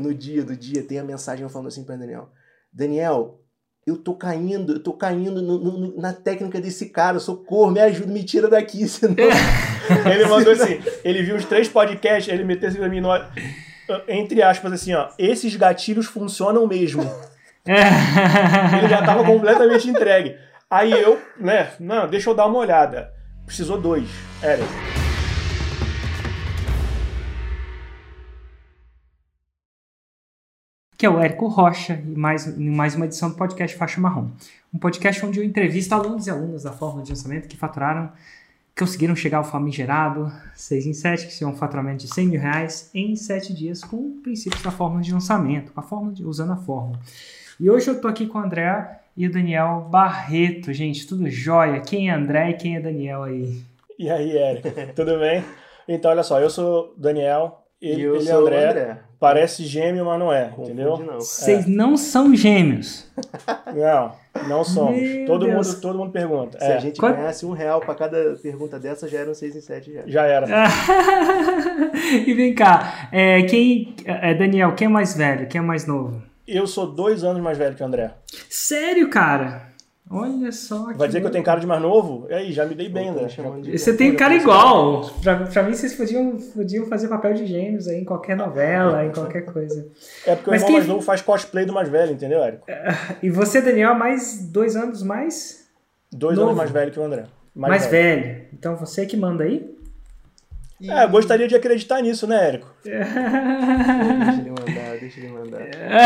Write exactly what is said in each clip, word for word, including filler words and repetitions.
no dia do dia, tem a mensagem falando assim pra Daniel. Daniel, eu tô caindo, eu tô caindo no, no, na técnica desse cara, socorro, me ajuda, me tira daqui, senão... Ele mandou assim, ele viu os três podcasts, ele meteu assim pra mim, no, entre aspas, assim, ó, esses gatilhos funcionam mesmo. Ele já tava completamente entregue. Aí eu, né, não, deixa eu dar uma olhada. Precisou dois, Érico. Que é o Érico Rocha, e mais, mais uma edição do podcast Faixa Marrom. Um podcast onde eu entrevisto alunos e alunas da Fórmula de Lançamento que faturaram, que conseguiram chegar ao famigerado seis em sete, que são um faturamento de cem mil reais em sete dias com princípios da Fórmula de Lançamento, com a fórmula de, usando a fórmula. E hoje eu tô aqui com o André e o Daniel Barreto. Gente, tudo jóia. Quem é André e quem é Daniel aí? E aí, Érico, tudo bem? Então, olha só, eu sou Daniel, ele, E eu ele é sou André. André. Parece gêmeo, mas não é, Confunde entendeu? não. Vocês é. não são gêmeos. Não, não somos. Meu Todo Deus. mundo, todo mundo pergunta. Se é. a gente Quanto? ganhasse um real pra cada pergunta dessa, já eram seis em sete já. Já era. E vem cá, é, quem, é, Daniel, quem é mais velho, quem é mais novo? Eu sou dois anos mais velho que o André. Sério, cara? Olha só. Vai dizer que eu tenho cara de mais novo? E aí, já me dei bem, Eu tô né? chamando de- Você tem cara igual. Pra, pra mim, vocês podiam, podiam fazer papel de gêmeos aí em qualquer novela, em qualquer coisa. É porque o Mas irmão quem- mais novo faz cosplay do mais velho, entendeu, Érico? E você, Daniel, mais dois anos mais? Dois Novo. anos mais velho que o André. Mais, velho. Então você que manda aí? É, eu gostaria de acreditar nisso, né, Érico? Deixa ele mandar, deixa ele mandar.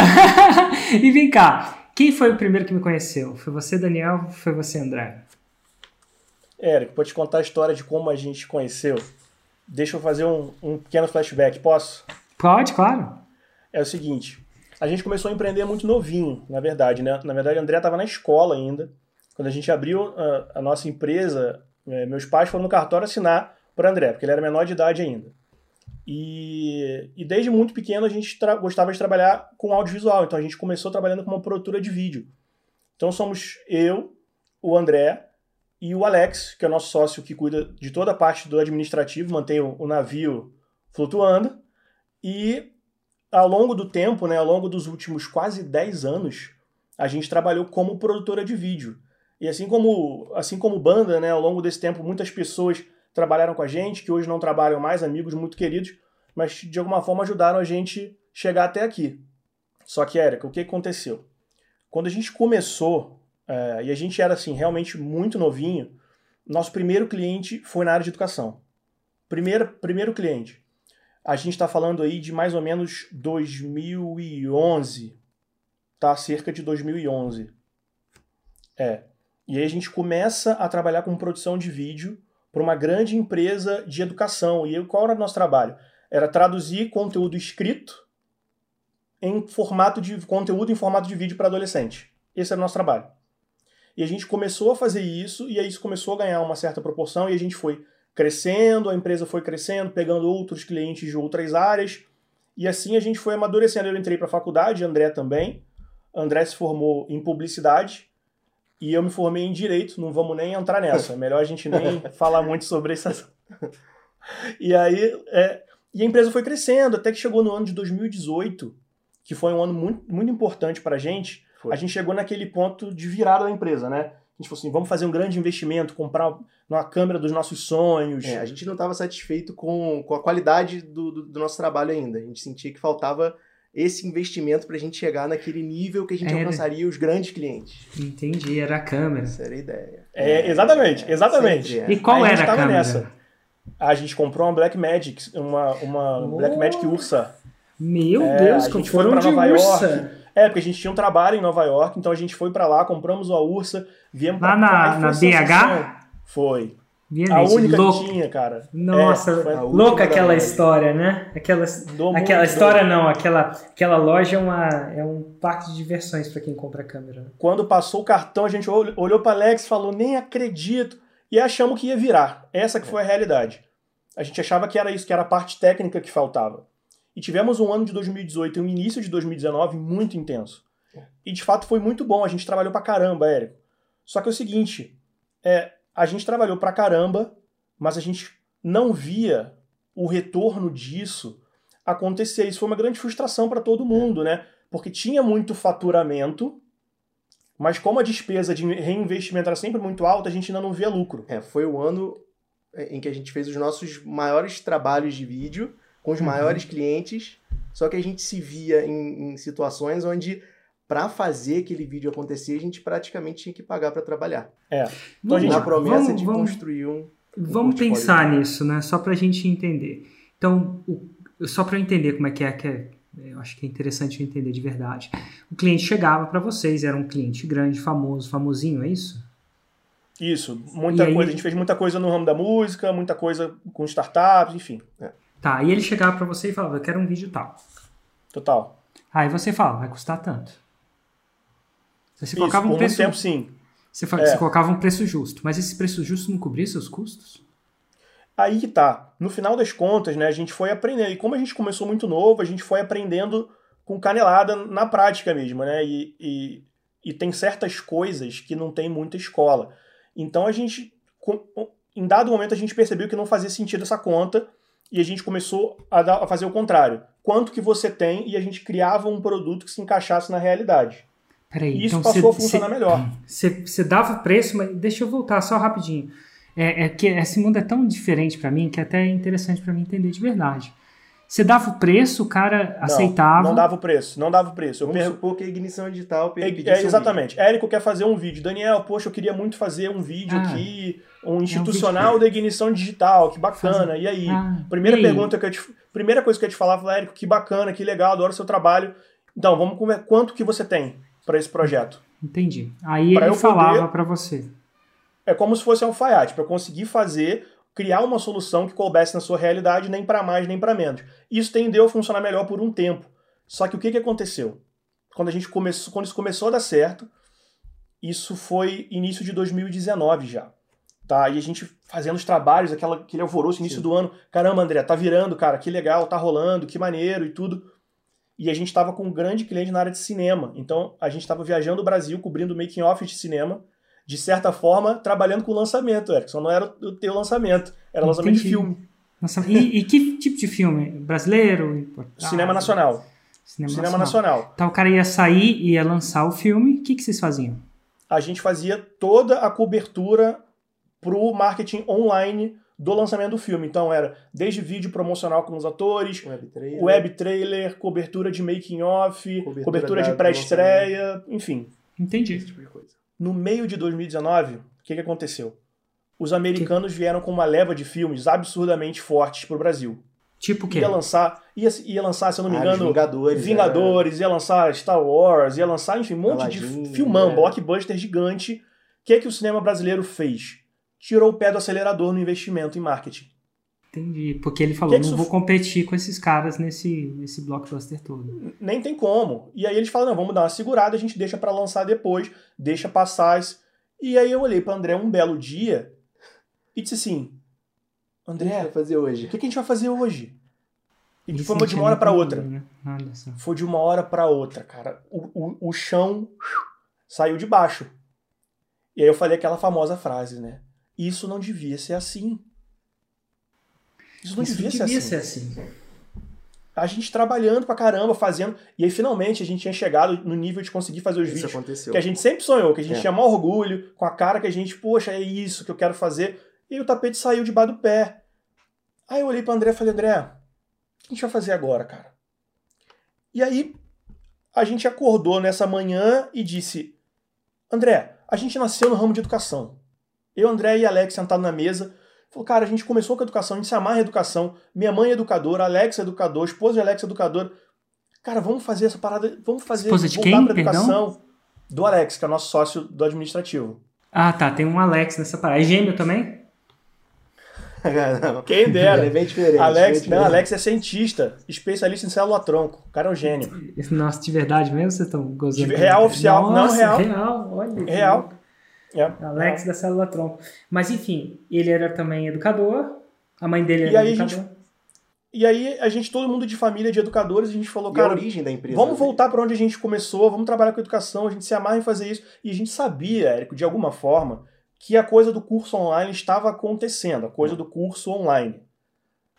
E vem cá, quem foi o primeiro que me conheceu? Foi você, Daniel, ou foi você, André? Érico, pra te contar a história de como a gente se conheceu, deixa eu fazer um, um pequeno flashback, posso? Pode, claro. É o seguinte, a gente começou a empreender muito novinho, na verdade, né? Na verdade, o André estava na escola ainda. Quando a gente abriu a, a nossa empresa, eh, meus pais foram no cartório assinar para André, porque ele era menor de idade ainda. E, e desde muito pequeno a gente tra- gostava de trabalhar com audiovisual, então a gente começou trabalhando como produtora de vídeo. Então somos eu, o André e o Alex, que é o nosso sócio que cuida de toda a parte do administrativo, mantém o, o navio flutuando. E ao longo do tempo, né, ao longo dos últimos quase dez anos, a gente trabalhou como produtora de vídeo. E assim como, assim como banda, né, ao longo desse tempo, muitas pessoas trabalharam com a gente, que hoje não trabalham mais, amigos muito queridos, mas de alguma forma ajudaram a gente chegar até aqui. Só que, Érica, o que aconteceu? Quando a gente começou, é, e a gente era assim, realmente muito novinho, nosso primeiro cliente foi na área de educação. Primeiro, primeiro cliente. A gente está falando aí de mais ou menos dois mil e onze, tá? Cerca de dois mil e onze. É. E aí a gente começa a trabalhar com produção de vídeo para uma grande empresa de educação. E aí, qual era o nosso trabalho? Era traduzir conteúdo escrito em formato de conteúdo em formato de vídeo para adolescente. Esse era o nosso trabalho. E a gente começou a fazer isso, e aí isso começou a ganhar uma certa proporção, e a gente foi crescendo, a empresa foi crescendo, pegando outros clientes de outras áreas, e assim a gente foi amadurecendo. Eu entrei para a faculdade, André também. André se formou em publicidade, e eu me formei em Direito, não vamos nem entrar nessa, é melhor a gente nem falar muito sobre isso. E aí, é, e a empresa foi crescendo, até que chegou no ano de dois mil e dezoito, que foi um ano muito, muito importante pra gente. Foi. A gente chegou naquele ponto de virada da empresa, né? A gente falou assim, vamos fazer um grande investimento, comprar uma câmera dos nossos sonhos. É, a gente não estava satisfeito com, com a qualidade do, do, do nosso trabalho ainda. A gente sentia que faltava esse investimento pra gente chegar naquele nível que a gente Era. alcançaria os grandes clientes. Entendi, era a câmera. Essa era a ideia. É, exatamente, exatamente. sempre é. E qual Aí era a tava câmera? nessa. A gente comprou uma Blackmagic, uma, uma Oh. Blackmagic Ursa. Meu É, Deus, a como gente foi foram pra de Nova ursa. York. É, porque a gente tinha um trabalho em Nova York, então a gente foi pra lá, compramos a Ursa, viemos Lá pra na- cá e foi na B H? sensação. Foi. Minha A gente, única louco. que tinha, cara. Nossa, É, foi a louca última aquela da- história, né? Aquela, Do aquela mundo, história do- não, aquela, aquela loja é, uma, é um parque de diversões pra quem compra a câmera. Quando passou o cartão, a gente olhou, olhou pra Alex e falou, nem acredito. E achamos que ia virar. Essa que foi a realidade. A gente achava que era isso, que era a parte técnica que faltava. E tivemos um ano de dois mil e dezoito e um início de dois mil e dezenove muito intenso. E de fato foi muito bom, a gente trabalhou pra caramba, Érico. Só que é o seguinte, é, a gente trabalhou pra caramba, mas a gente não via o retorno disso acontecer. Isso foi uma grande frustração para todo mundo, né? Porque tinha muito faturamento, mas como a despesa de reinvestimento era sempre muito alta, a gente ainda não via lucro. É, foi o ano em que a gente fez os nossos maiores trabalhos de vídeo, com os uhum. maiores clientes, só que a gente se via em, em situações onde, para fazer aquele vídeo acontecer, a gente praticamente tinha que pagar para trabalhar. É. Então, a gente, na promessa vamos, de vamos, construir um... um vamos pensar nisso, né? Só para a gente entender. Então, o, só para eu entender como é que é, que é, eu acho que é interessante eu entender de verdade. O cliente chegava para vocês, era um cliente grande, famoso, famosinho, é isso? Isso, muita E coisa. aí... A gente fez muita coisa no ramo da música, muita coisa com startups, enfim. É. Tá, e ele chegava para você e falava, eu quero um vídeo tal. Total. Aí você fala, vai custar tanto. Você Isso, colocava um por preço... muito tempo, sim. Você, fa... É. você colocava um preço justo, mas esse preço justo não cobria seus custos? Aí que tá. No final das contas, né, a gente foi aprendendo. E como a gente começou muito novo, a gente foi aprendendo com canelada na prática mesmo, né? E, e, e tem certas coisas que não tem muita escola. Então a gente, em dado momento, a gente percebeu que não fazia sentido essa conta e a gente começou a, dar, a fazer o contrário. Quanto que você tem? E a gente criava um produto que se encaixasse na realidade. Peraí, e isso então passou cê, a funcionar cê, melhor. Você dava o preço, mas deixa eu voltar só rapidinho. É, é que esse mundo é tão diferente para mim que é até interessante para mim entender de verdade. Você dava o preço, o cara não, aceitava... Não dava o preço, não dava o preço. Eu Vamos per... supor que a ignição digital... É, é, exatamente. Érico quer fazer um vídeo. Daniel, poxa, eu queria muito fazer um vídeo ah, aqui, um institucional é um vídeo... da ignição digital, que bacana. Faz... E aí? Ah, primeira e aí? pergunta que eu te... Primeira coisa que eu ia te falar, falar, Érico, que bacana, que legal, adoro o seu trabalho. Então, vamos comer. Quanto que você tem para esse projeto? Entendi. Aí pra ele falava poder... para você. É como se fosse um alfaiate, para conseguir fazer... criar uma solução que coubesse na sua realidade, nem para mais, nem para menos. Isso tendeu a funcionar melhor por um tempo. Só que o que, que aconteceu? Quando, a gente começou, quando isso começou a dar certo, isso foi início de dois mil e dezenove já. Tá? E a gente fazendo os trabalhos, aquela, aquele alvoroço, início Sim. do ano. Caramba, André, tá virando, cara, que legal, tá rolando, que maneiro e tudo. E a gente estava com um grande cliente na área de cinema. Então, a gente estava viajando o Brasil, cobrindo making off de cinema, de certa forma, trabalhando com lançamento, Eric. Só não era o teu lançamento, era lançamento Entendi. de filme. Nossa, e, e que tipo de filme? Brasileiro? Ah, Cinema nacional. Cinema, Cinema nacional. nacional. Então o cara ia sair e ia lançar o filme. O que, que vocês faziam? A gente fazia toda a cobertura pro marketing online do lançamento do filme. Então era desde vídeo promocional com os atores, web trailer, web trailer cobertura de making off, cobertura, cobertura de pré-estreia, enfim. Entendi. Esse tipo de coisa. No meio de dois mil e dezenove, o que, que aconteceu? Os americanos que... vieram com uma leva de filmes absurdamente fortes pro Brasil. Tipo o quê? Ia lançar, ia, ia lançar, se eu não me ah, engano, Vingadores, Vingadores, ia lançar Star Wars, ia lançar, enfim, um monte Aladdin, de filmão, é. blockbuster gigante. O que é que o cinema brasileiro fez? Tirou o pé do acelerador no investimento em marketing. Entendi, porque ele falou, que que não isso... vou competir com esses caras nesse, nesse blockbuster todo. Nem tem como. E aí eles falam, não, vamos dar uma segurada, a gente deixa pra lançar depois, deixa passar. E aí eu olhei pra André um belo dia e disse assim, André, o que a gente vai fazer hoje? O que a gente vai fazer hoje? E Isso foi de uma hora pra outra. Né? Olha só. Foi de uma hora pra outra, cara. O, o, o chão saiu de baixo. E aí eu falei aquela famosa frase, né? Isso não devia ser assim. Isso não Isso devia, devia ser, assim. ser assim. A gente trabalhando pra caramba, fazendo... E aí, finalmente, a gente tinha chegado no nível de conseguir fazer os isso vídeos aconteceu. que a gente sempre sonhou, que a gente é. tinha maior orgulho, com a cara que a gente, poxa, é isso que eu quero fazer. E aí o tapete saiu debaixo do pé. Aí eu olhei pra André e falei, André, o que a gente vai fazer agora, cara? E aí, a gente acordou nessa manhã e disse, André, a gente nasceu no ramo de educação. Eu, André e Alex sentados na mesa... Falou, cara, a gente começou com a educação, a gente se amarra em educação. Minha mãe é educadora, Alex é educador, a esposa de Alex é educadora. Cara, vamos fazer essa parada, vamos fazer... Esposa de voltar quem, pra educação. perdão? Do Alex, que é o nosso sócio do administrativo. Ah, tá, tem um Alex nessa parada. É gêmeo também? Não. Quem dera. Ele é bem diferente. Alex, bem diferente. Não, Alex é cientista, especialista em célula-tronco. O cara é um gênio. Nossa, de verdade mesmo? Vocês estão gozando? De, real oficial, Nossa, não real. real, olha. Real. É. Alex é. da célula tronco. Mas enfim, ele era também educador, a mãe dele era e aí educadora. Gente, e aí a gente, todo mundo de família de educadores, a gente falou, e cara, a origem da empresa, vamos voltar para onde a gente começou, vamos trabalhar com educação, a gente se amarra em fazer isso. E a gente sabia, Érico, de alguma forma, que a coisa do curso online estava acontecendo, a coisa do curso online.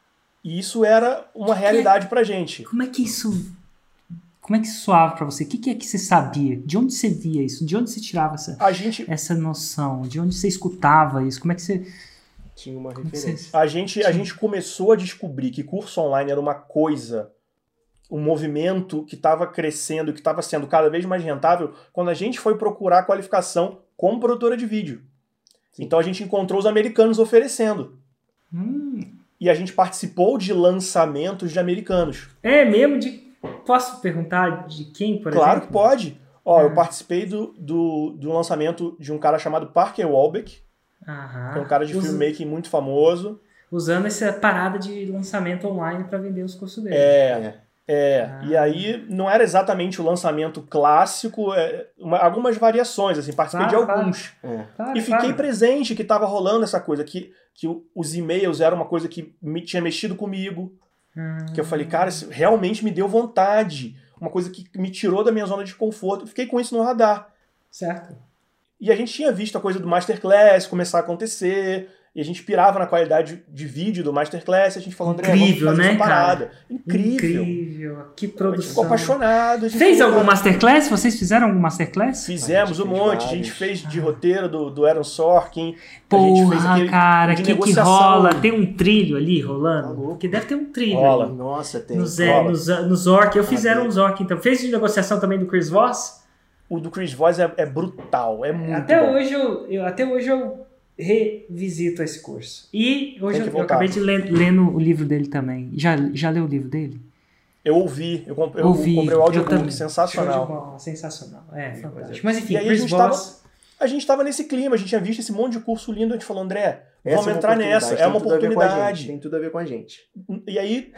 E isso era uma realidade pra gente. Como é que isso... Como é que isso soava pra você? O que, que é que você sabia? De onde você via isso? De onde você tirava essa, A gente, essa noção? De onde você escutava isso? Como é que você... Tinha uma Como referência. você- a, gente, a gente começou a descobrir que curso online era uma coisa, um movimento que estava crescendo, que estava sendo cada vez mais rentável, quando a gente foi procurar qualificação como produtora de vídeo. Então a gente encontrou os americanos oferecendo. Hum, E a gente participou de lançamentos de americanos. é mesmo de... Posso perguntar de quem, por Claro que exemplo? pode. Ó, Ah. eu participei do, do, do lançamento de um cara chamado Parker Walbeck, Aham. que é um cara de Us- filmmaking muito famoso. Usando essa parada de lançamento online pra vender os cursos dele. É, É. é. Ah. E aí não era exatamente o lançamento clássico, é, uma- algumas variações, assim, participei Claro, de alguns. É. Claro, E fiquei claro. presente que estava rolando essa coisa, que, que o- os e-mails eram uma coisa que me, tinha mexido comigo. Hum. Que eu falei, cara, isso realmente me deu vontade. Uma coisa que me tirou da minha zona de conforto. Eu fiquei com isso no radar. Certo. E a gente tinha visto a coisa do Masterclass começar a acontecer. E a gente pirava na qualidade de vídeo do Masterclass. E a gente falou, André, Incrível, vamos fazer né, essa parada. Incrível. Incrível. Que A gente produção. ficou apaixonado. A gente Fez falou, algum cara, Masterclass? Vocês fizeram algum Masterclass? Fizemos A um gente fez monte. A gente vários. fez de roteiro do, do Aaron Sorkin. A gente fez Porra, aquele cara, de que que negociação. rola? Tem um trilho ali Tá rolando? louco. Porque deve ter um trilho Rola. ali. Nossa, tem. No, Zé, rola. no, Zé- no Zork. Eu Ah, fizeram tem. um Zork, então. Fez de negociação também do Chris Voss? O do Chris Voss é, é brutal. É muito Até bom. hoje, eu, eu- até hoje eu revisito esse curso. E hoje Tem que eu, eu voltar. acabei de ler lendo o livro dele também. Já, já leu o livro dele? Eu ouvi. Eu, comp- eu Ouvi. comprei o eu audiobook. também. Sensacional. Show de bola, sensacional. É, Sim, fantástico. pois Mas enfim, E aí a Chris gente tava- Voss... A gente tava nesse clima, a gente tinha visto esse monte de curso lindo, a gente falou, André, Essa vamos é uma entrar nessa, oportunidade, é uma tem tudo a ver com a gente, oportunidade. Tem tudo a ver com a gente. E aí,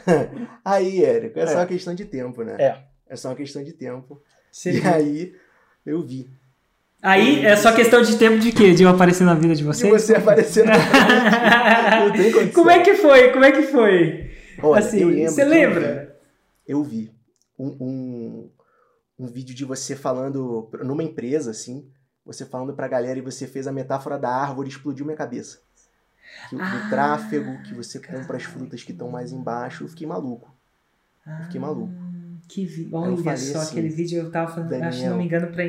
Aí, Érico, é só É. uma questão de tempo, né? É. É só uma questão de tempo. Você E viu? aí, eu vi. Aí é só questão de tempo de quê? De eu aparecer na vida de E vocês? você aparecendo na frente, não tem condição. Como é que foi? Como é que foi? Olha, assim, eu lembro você que lembra? Eu vi um, um, um vídeo de você falando numa empresa, assim, você falando pra galera e você fez a metáfora da árvore e explodiu minha cabeça. Que, o- Ah, do tráfego, que você compra as frutas que estão mais embaixo, eu fiquei maluco. Eu fiquei maluco. Que vi... eu Olha falei só, assim, aquele vídeo eu tava falando, Daniel, acho que não me engano, para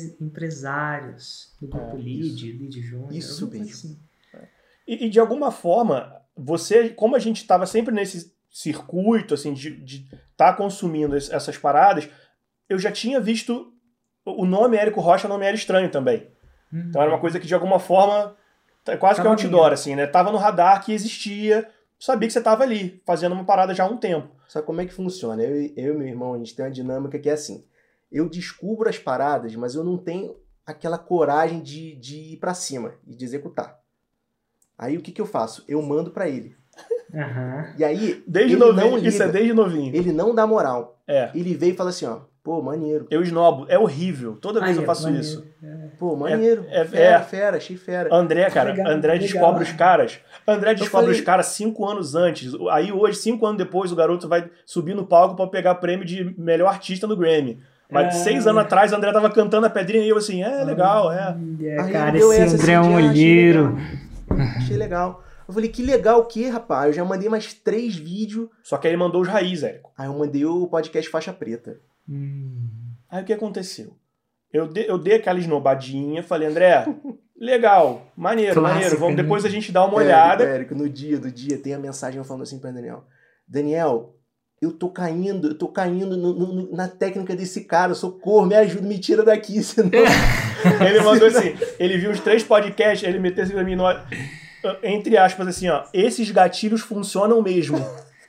empresários do grupo É, Lead, Lead Júnior. Isso alguma coisa mesmo. assim. e, e de alguma forma, você, como a gente estava sempre nesse circuito, assim, de estar consumindo es- essas paradas, eu já tinha visto o nome Érico Rocha não me era estranho também. Hum. Então era uma coisa que de alguma forma, tá- quase que Tava outdoor, ligado. assim, né? Tava no radar que existia, sabia que você tava ali, fazendo uma parada já há um tempo. Só como é que funciona? Eu, e- eu e meu irmão, a gente tem uma dinâmica que é assim. Eu descubro as paradas, mas eu não tenho aquela coragem de, de ir pra cima e de executar. Aí o que, que eu faço? Eu mando pra ele. Aham. E aí, Desde ele novinho, não isso é liga. desde novinho. Ele não dá moral. É. Ele veio e fala assim, ó, pô, maneiro. Eu esnobo, é horrível, toda vez Aí, eu faço maneiro. isso. Pô, maneiro. é- fera, é. fera, achei fera. André, cara, Legal, André legal. descobre os caras. André descobre falei- os caras cinco anos antes. Aí hoje, cinco anos depois, o garoto vai subir no palco pra pegar prêmio de melhor artista no Grammy. Mas É. seis anos atrás, o André tava cantando a pedrinha e eu assim, é legal, é. É, Aí cara, ele deu esse essa, André é assim, um de, ah, achei olheiro. legal. Achei legal. Eu falei, que legal o quê, rapaz? Eu já mandei mais três vídeos. Só que aí ele mandou os raízes, Érico. Aí eu mandei o podcast Faixa Preta. Hum. Aí o que aconteceu? Eu, de, eu dei aquela esnobadinha, falei, André, legal, maneiro, Clássica, maneiro. Vamos, né? depois a gente dá uma Érico, olhada. Érico, no dia do dia, tem a mensagem falando assim pra Daniel. Daniel, eu tô caindo, eu tô caindo no- no- no- na técnica desse cara, socorro, me ajuda, me tira daqui, senão... Ele mandou assim, ele viu os três podcasts, ele meteu assim pra mim, no, entre aspas, assim, ó, esses gatilhos funcionam mesmo.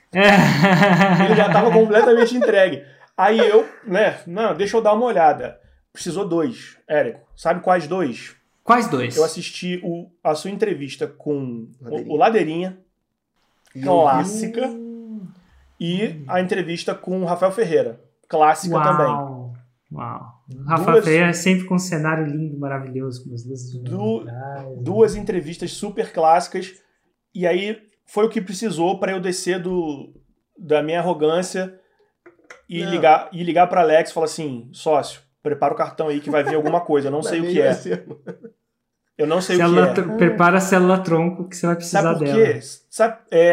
Ele já tava completamente entregue. Aí eu, né, não, deixa eu dar uma olhada. Precisou dois, Érico. Sabe quais dois? Quais dois? Eu assisti o, a sua entrevista com Ladeirinha. o, o Ladeirinha E eu clássica e a entrevista com o Rafael Ferreira, clássica também. Uau. Uau. Rafa Duas- Ferreira é sempre com um cenário lindo, maravilhoso, com as luzes de Du- luminárias. Duas entrevistas super clássicas e aí foi o que precisou para eu descer do, da minha arrogância e Não. ligar, e ligar para Alex e falar assim, sócio, prepara o cartão aí que vai vir alguma coisa, eu não sei o que é. Eu não sei o que Célula é. tro- Prepara a célula tronco que você vai precisar Sabe por dela. quê? Sabe, é,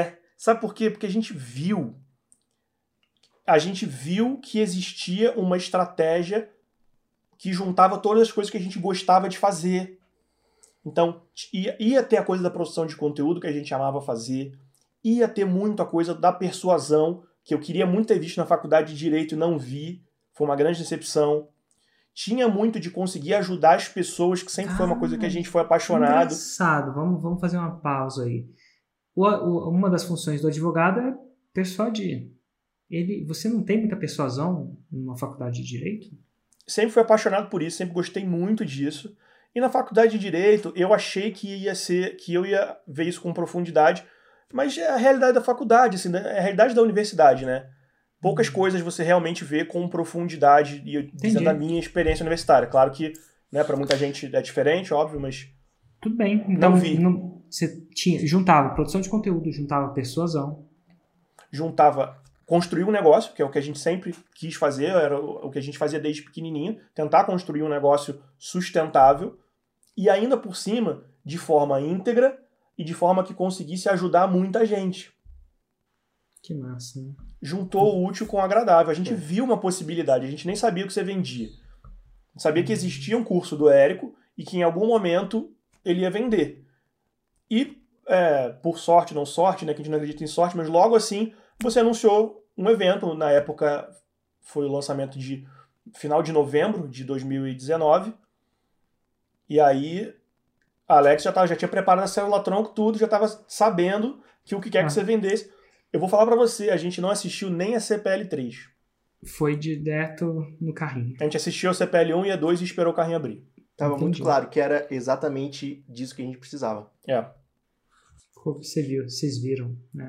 Sabe por quê? Porque a gente viu, a gente viu que existia uma estratégia que juntava todas as coisas que a gente gostava de fazer. Então, ia, ia ter a coisa da produção de conteúdo que a gente amava fazer, ia ter muito a coisa da persuasão, que eu queria muito ter visto na faculdade de Direito e não vi, foi uma grande decepção. Tinha muito de conseguir ajudar as pessoas, que sempre ah, foi uma coisa que a gente foi apaixonado. Engraçado, vamos, vamos fazer uma pausa aí. O, o, uma das funções do advogado é persuadir. Ele, você não tem muita persuasão numa faculdade de Direito? Sempre fui apaixonado por isso, sempre gostei muito disso. E na faculdade de Direito, eu achei que ia ser, que eu ia ver isso com profundidade, mas é a realidade da faculdade, assim, é a realidade da universidade, né? Poucas coisas você realmente vê com profundidade, e eu dizendo a minha experiência universitária. Claro que, né, para muita gente é diferente, óbvio, mas tudo bem. Então, não vi. Não, você tinha, juntava produção de conteúdo, juntava persuasão. Juntava construir um negócio, que é o que a gente sempre quis fazer, era o que a gente fazia desde pequenininho, tentar construir um negócio sustentável, e ainda por cima, de forma íntegra e de forma que conseguisse ajudar muita gente. Que massa, né? Juntou o útil com o agradável. A gente é. viu uma possibilidade, a gente nem sabia o que você vendia. Sabia que existia um curso do Érico e que em algum momento ele ia vender. E, é, por sorte, não sorte, né, que a gente não acredita em sorte, mas logo assim você anunciou um evento. Na época foi o lançamento de final de novembro de dois mil e dezenove. E aí a Alex já, tava, já tinha preparado a célula-tronco, tudo, já estava sabendo que o que quer ah. que você vendesse. Eu vou falar pra você, a gente não assistiu nem a C P L três. Foi direto no carrinho. A gente assistiu a C P L um e a dois e esperou o carrinho abrir. Tava Entendi. muito claro que era exatamente disso que a gente precisava. É. Você viu, vocês viram, né?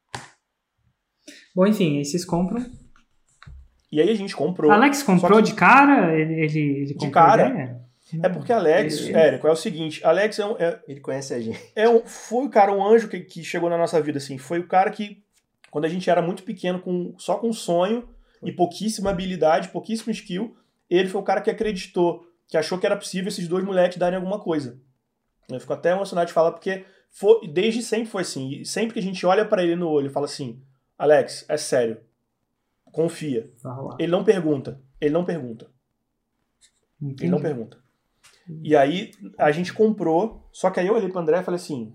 Bom, enfim, aí vocês compram. E aí a gente comprou. Alex comprou que... de cara? Ele, ele, ele de comprou cara. Ideia? É porque Alex, ele... Érico, é o seguinte, Alex é um... É, ele conhece a gente. É um, foi o cara, um anjo que, que chegou na nossa vida, assim. Foi o cara que, quando a gente era muito pequeno, com, só com sonho e pouquíssima habilidade, pouquíssimo skill, ele foi o cara que acreditou, que achou que era possível esses dois moleques darem alguma coisa. Eu fico até emocionado de falar, porque foi, desde sempre foi assim. E sempre que a gente olha pra ele no olho e fala assim, Alex, é sério, confia. Ele não pergunta, ele não pergunta. Entendi. Ele não pergunta. E aí a gente comprou, só que aí eu olhei pro André e falei assim,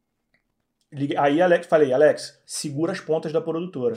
aí Alex, falei, Alex, segura as pontas da produtora.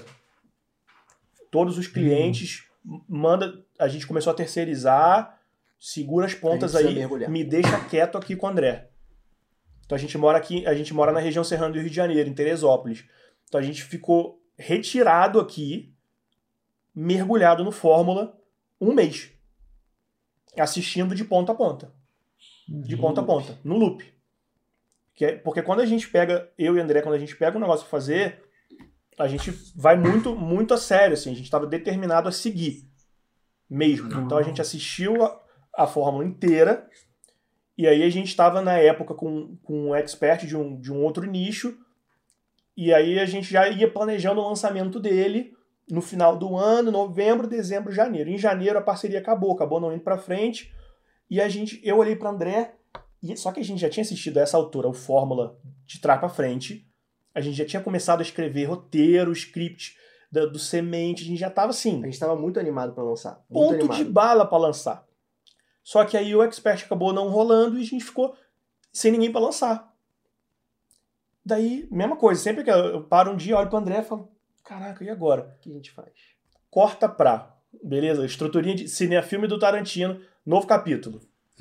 Todos os clientes, hum. manda, a gente começou a terceirizar, segura as pontas aí, mergulhar. Me deixa quieto aqui com o André. Então a gente mora aqui, a gente mora na região serrana do Rio de Janeiro, em Teresópolis. Então a gente ficou retirado aqui, mergulhado no Fórmula, um mês. Assistindo de ponta a ponta. De ponta a ponta, no loop. Porque quando a gente pega, eu e o André, quando a gente pega um negócio pra fazer, a gente vai muito, muito a sério, assim, a gente estava determinado a seguir, mesmo. Então a gente assistiu a, a fórmula inteira, e aí a gente estava na época com, com um expert de um, de um outro nicho, e aí a gente já ia planejando o lançamento dele no final do ano, novembro, dezembro, janeiro. Em janeiro a parceria acabou, acabou não indo pra frente, e a gente, eu olhei para André, e, só que a gente já tinha assistido a essa altura o Fórmula de trás para frente, a gente já tinha começado a escrever roteiro, script do, do Semente, a gente já tava assim... A gente tava muito animado para lançar. Muito ponto animado. de bala para lançar. Só que aí o Expert acabou não rolando e a gente ficou sem ninguém para lançar. Daí, mesma coisa, sempre que eu paro um dia, olho pro André e falo, caraca, e agora? O que a gente faz? Corta pra, beleza, estruturinha de cinefilme do Tarantino, novo capítulo.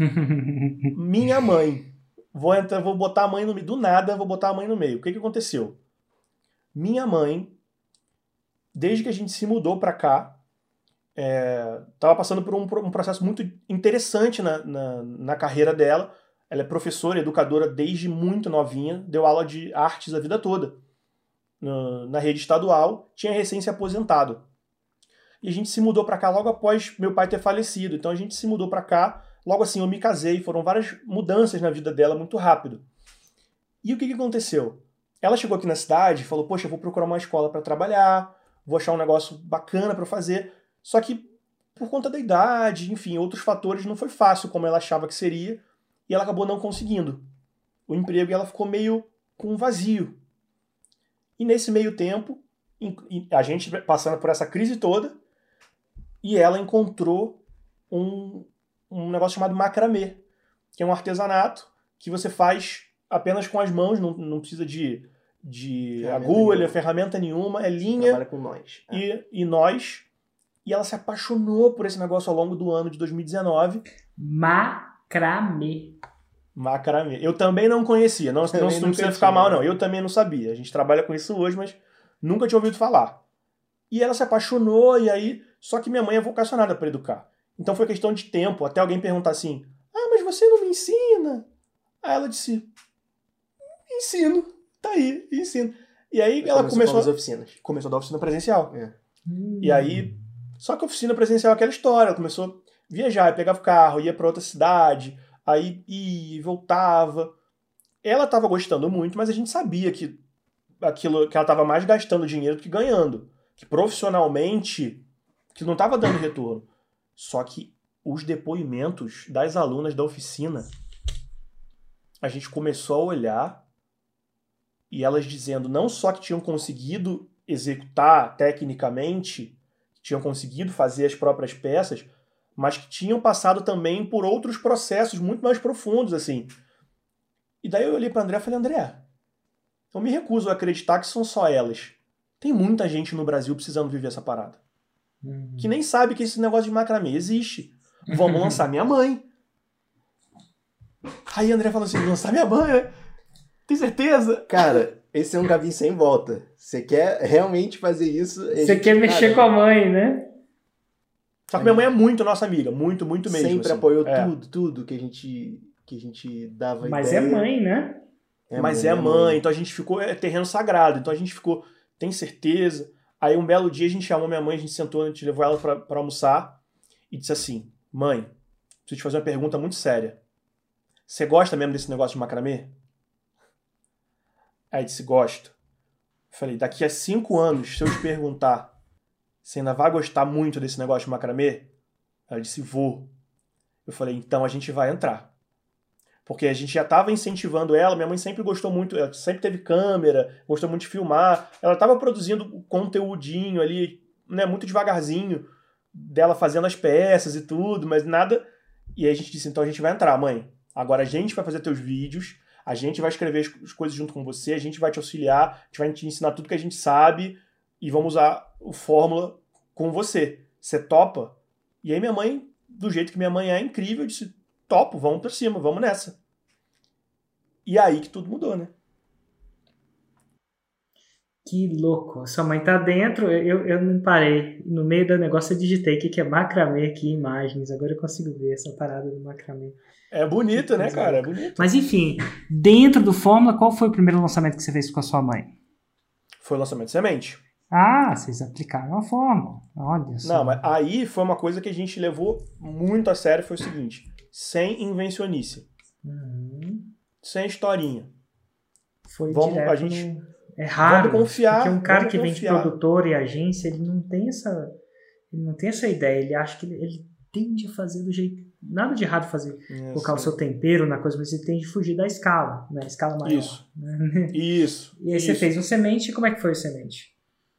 Minha mãe. Vou, entrar, vou botar a mãe no meio. Do nada, vou botar a mãe no meio. O que, que aconteceu? Minha mãe, desde que a gente se mudou pra cá, é, tava passando por um, um processo muito interessante na, na, na carreira dela. Ela é professora, educadora desde muito novinha, deu aula de artes a vida toda na, na rede estadual, tinha recém se aposentado. E a gente se mudou pra cá logo após meu pai ter falecido. Então a gente se mudou pra cá. Logo assim, eu me casei, foram várias mudanças na vida dela muito rápido. E o que, que aconteceu? Ela chegou aqui na cidade e falou, poxa, eu vou procurar uma escola para trabalhar, vou achar um negócio bacana para fazer. Só que, por conta da idade, enfim, outros fatores, não foi fácil como ela achava que seria, e ela acabou não conseguindo o emprego, e ela ficou meio com um vazio. E nesse meio tempo, a gente passando por essa crise toda, e ela encontrou um, um negócio chamado macramê, que é um artesanato que você faz apenas com as mãos, não, não precisa de, de ferramenta agulha, nenhuma. ferramenta nenhuma, é linha trabalha com nós. É. E, e nós. E ela se apaixonou por esse negócio ao longo do ano de dois mil e dezenove. Macramê. Macramê. Eu também não conhecia, não, não, não precisa ficar mal não, eu também não sabia. A gente trabalha com isso hoje, mas nunca tinha ouvido falar. E ela se apaixonou, e aí... Só que minha mãe é vocacionada para educar. Então foi questão de tempo, até alguém perguntar assim, ah, mas você não me ensina? Aí ela disse, ensino, tá aí, ensino. E aí Mas ela começou começou... as oficinas. Começou a dar oficina presencial. É. Hum. E aí... Só que a oficina presencial é aquela história, ela começou a viajar, pegava o carro, ia para outra cidade, aí ia, voltava. Ela estava gostando muito, mas a gente sabia que aquilo que ela estava mais gastando dinheiro do que ganhando. Que profissionalmente, que não estava dando retorno. Só que os depoimentos das alunas da oficina, a gente começou a olhar e elas dizendo não só que tinham conseguido executar tecnicamente, tinham conseguido fazer as próprias peças, mas que tinham passado também por outros processos muito mais profundos, assim. E daí eu olhei para André e falei, André, eu me recuso a acreditar que são só elas. Tem muita gente no Brasil precisando viver essa parada. Uhum. Que nem sabe que esse negócio de macramê existe. Vamos lançar minha mãe. Aí André falou assim, lançar minha mãe? Tem certeza? Cara, esse é um caminho sem volta. Você quer realmente fazer isso? Você gente, quer mexer cara, com a mãe, né? Só que minha mãe é muito nossa amiga, muito, muito mesmo. Sempre assim. apoiou é. tudo, tudo que a gente, que a gente dava Mas ideia. é mãe, né? É Mas mãe, é mãe, mãe, então a gente ficou, é terreno sagrado, então a gente ficou, tem certeza? Aí um belo dia a gente chamou minha mãe, a gente sentou, a gente levou ela pra, pra almoçar e disse assim, mãe, preciso te fazer uma pergunta muito séria. Você gosta mesmo desse negócio de macramê? Aí disse, gosto. Falei, daqui a cinco anos, se eu te perguntar, você ainda vai gostar muito desse negócio de macramê? Ela disse, vou. Eu falei, então a gente vai entrar. Porque a gente já estava incentivando ela, minha mãe sempre gostou muito, ela sempre teve câmera, gostou muito de filmar, ela estava produzindo conteúdinho ali, né, muito devagarzinho, dela fazendo as peças e tudo, mas nada... E aí a gente disse, então a gente vai entrar, mãe. Agora a gente vai fazer teus vídeos, a gente vai escrever as coisas junto com você, a gente vai te auxiliar, a gente vai te ensinar tudo que a gente sabe e vamos usar o Fórmula com você. Você topa? E aí minha mãe, do jeito que minha mãe é incrível, disse, topo, vamos pra cima, vamos nessa. E aí que tudo mudou, né? Que louco. Sua mãe tá dentro, eu, eu não parei. No meio do negócio eu digitei o que é macramê aqui, imagens. Agora eu consigo ver essa parada do macramê. É bonito, né, cara? É bonito. Mas enfim, dentro do Fórmula, qual foi o primeiro lançamento que você fez com a sua mãe? Foi o lançamento de semente. Ah, vocês aplicaram a Fórmula. Olha só. Não, mas aí foi uma coisa que a gente levou muito a sério, foi o seguinte, sem invencionice. Uhum. Sem historinha. Foi vamos, direto a gente, no... É raro, vamos confiar, porque um cara vamos que vem confiar. de produtor e agência, ele não tem essa, ele não tem essa ideia, ele acha que ele, ele tende a fazer do jeito, nada de errado fazer, Isso. colocar o seu tempero na coisa, mas ele tende a fugir da escala, né, escala maior. Isso, né? Isso. E aí isso. você fez um semente, como é que foi o semente?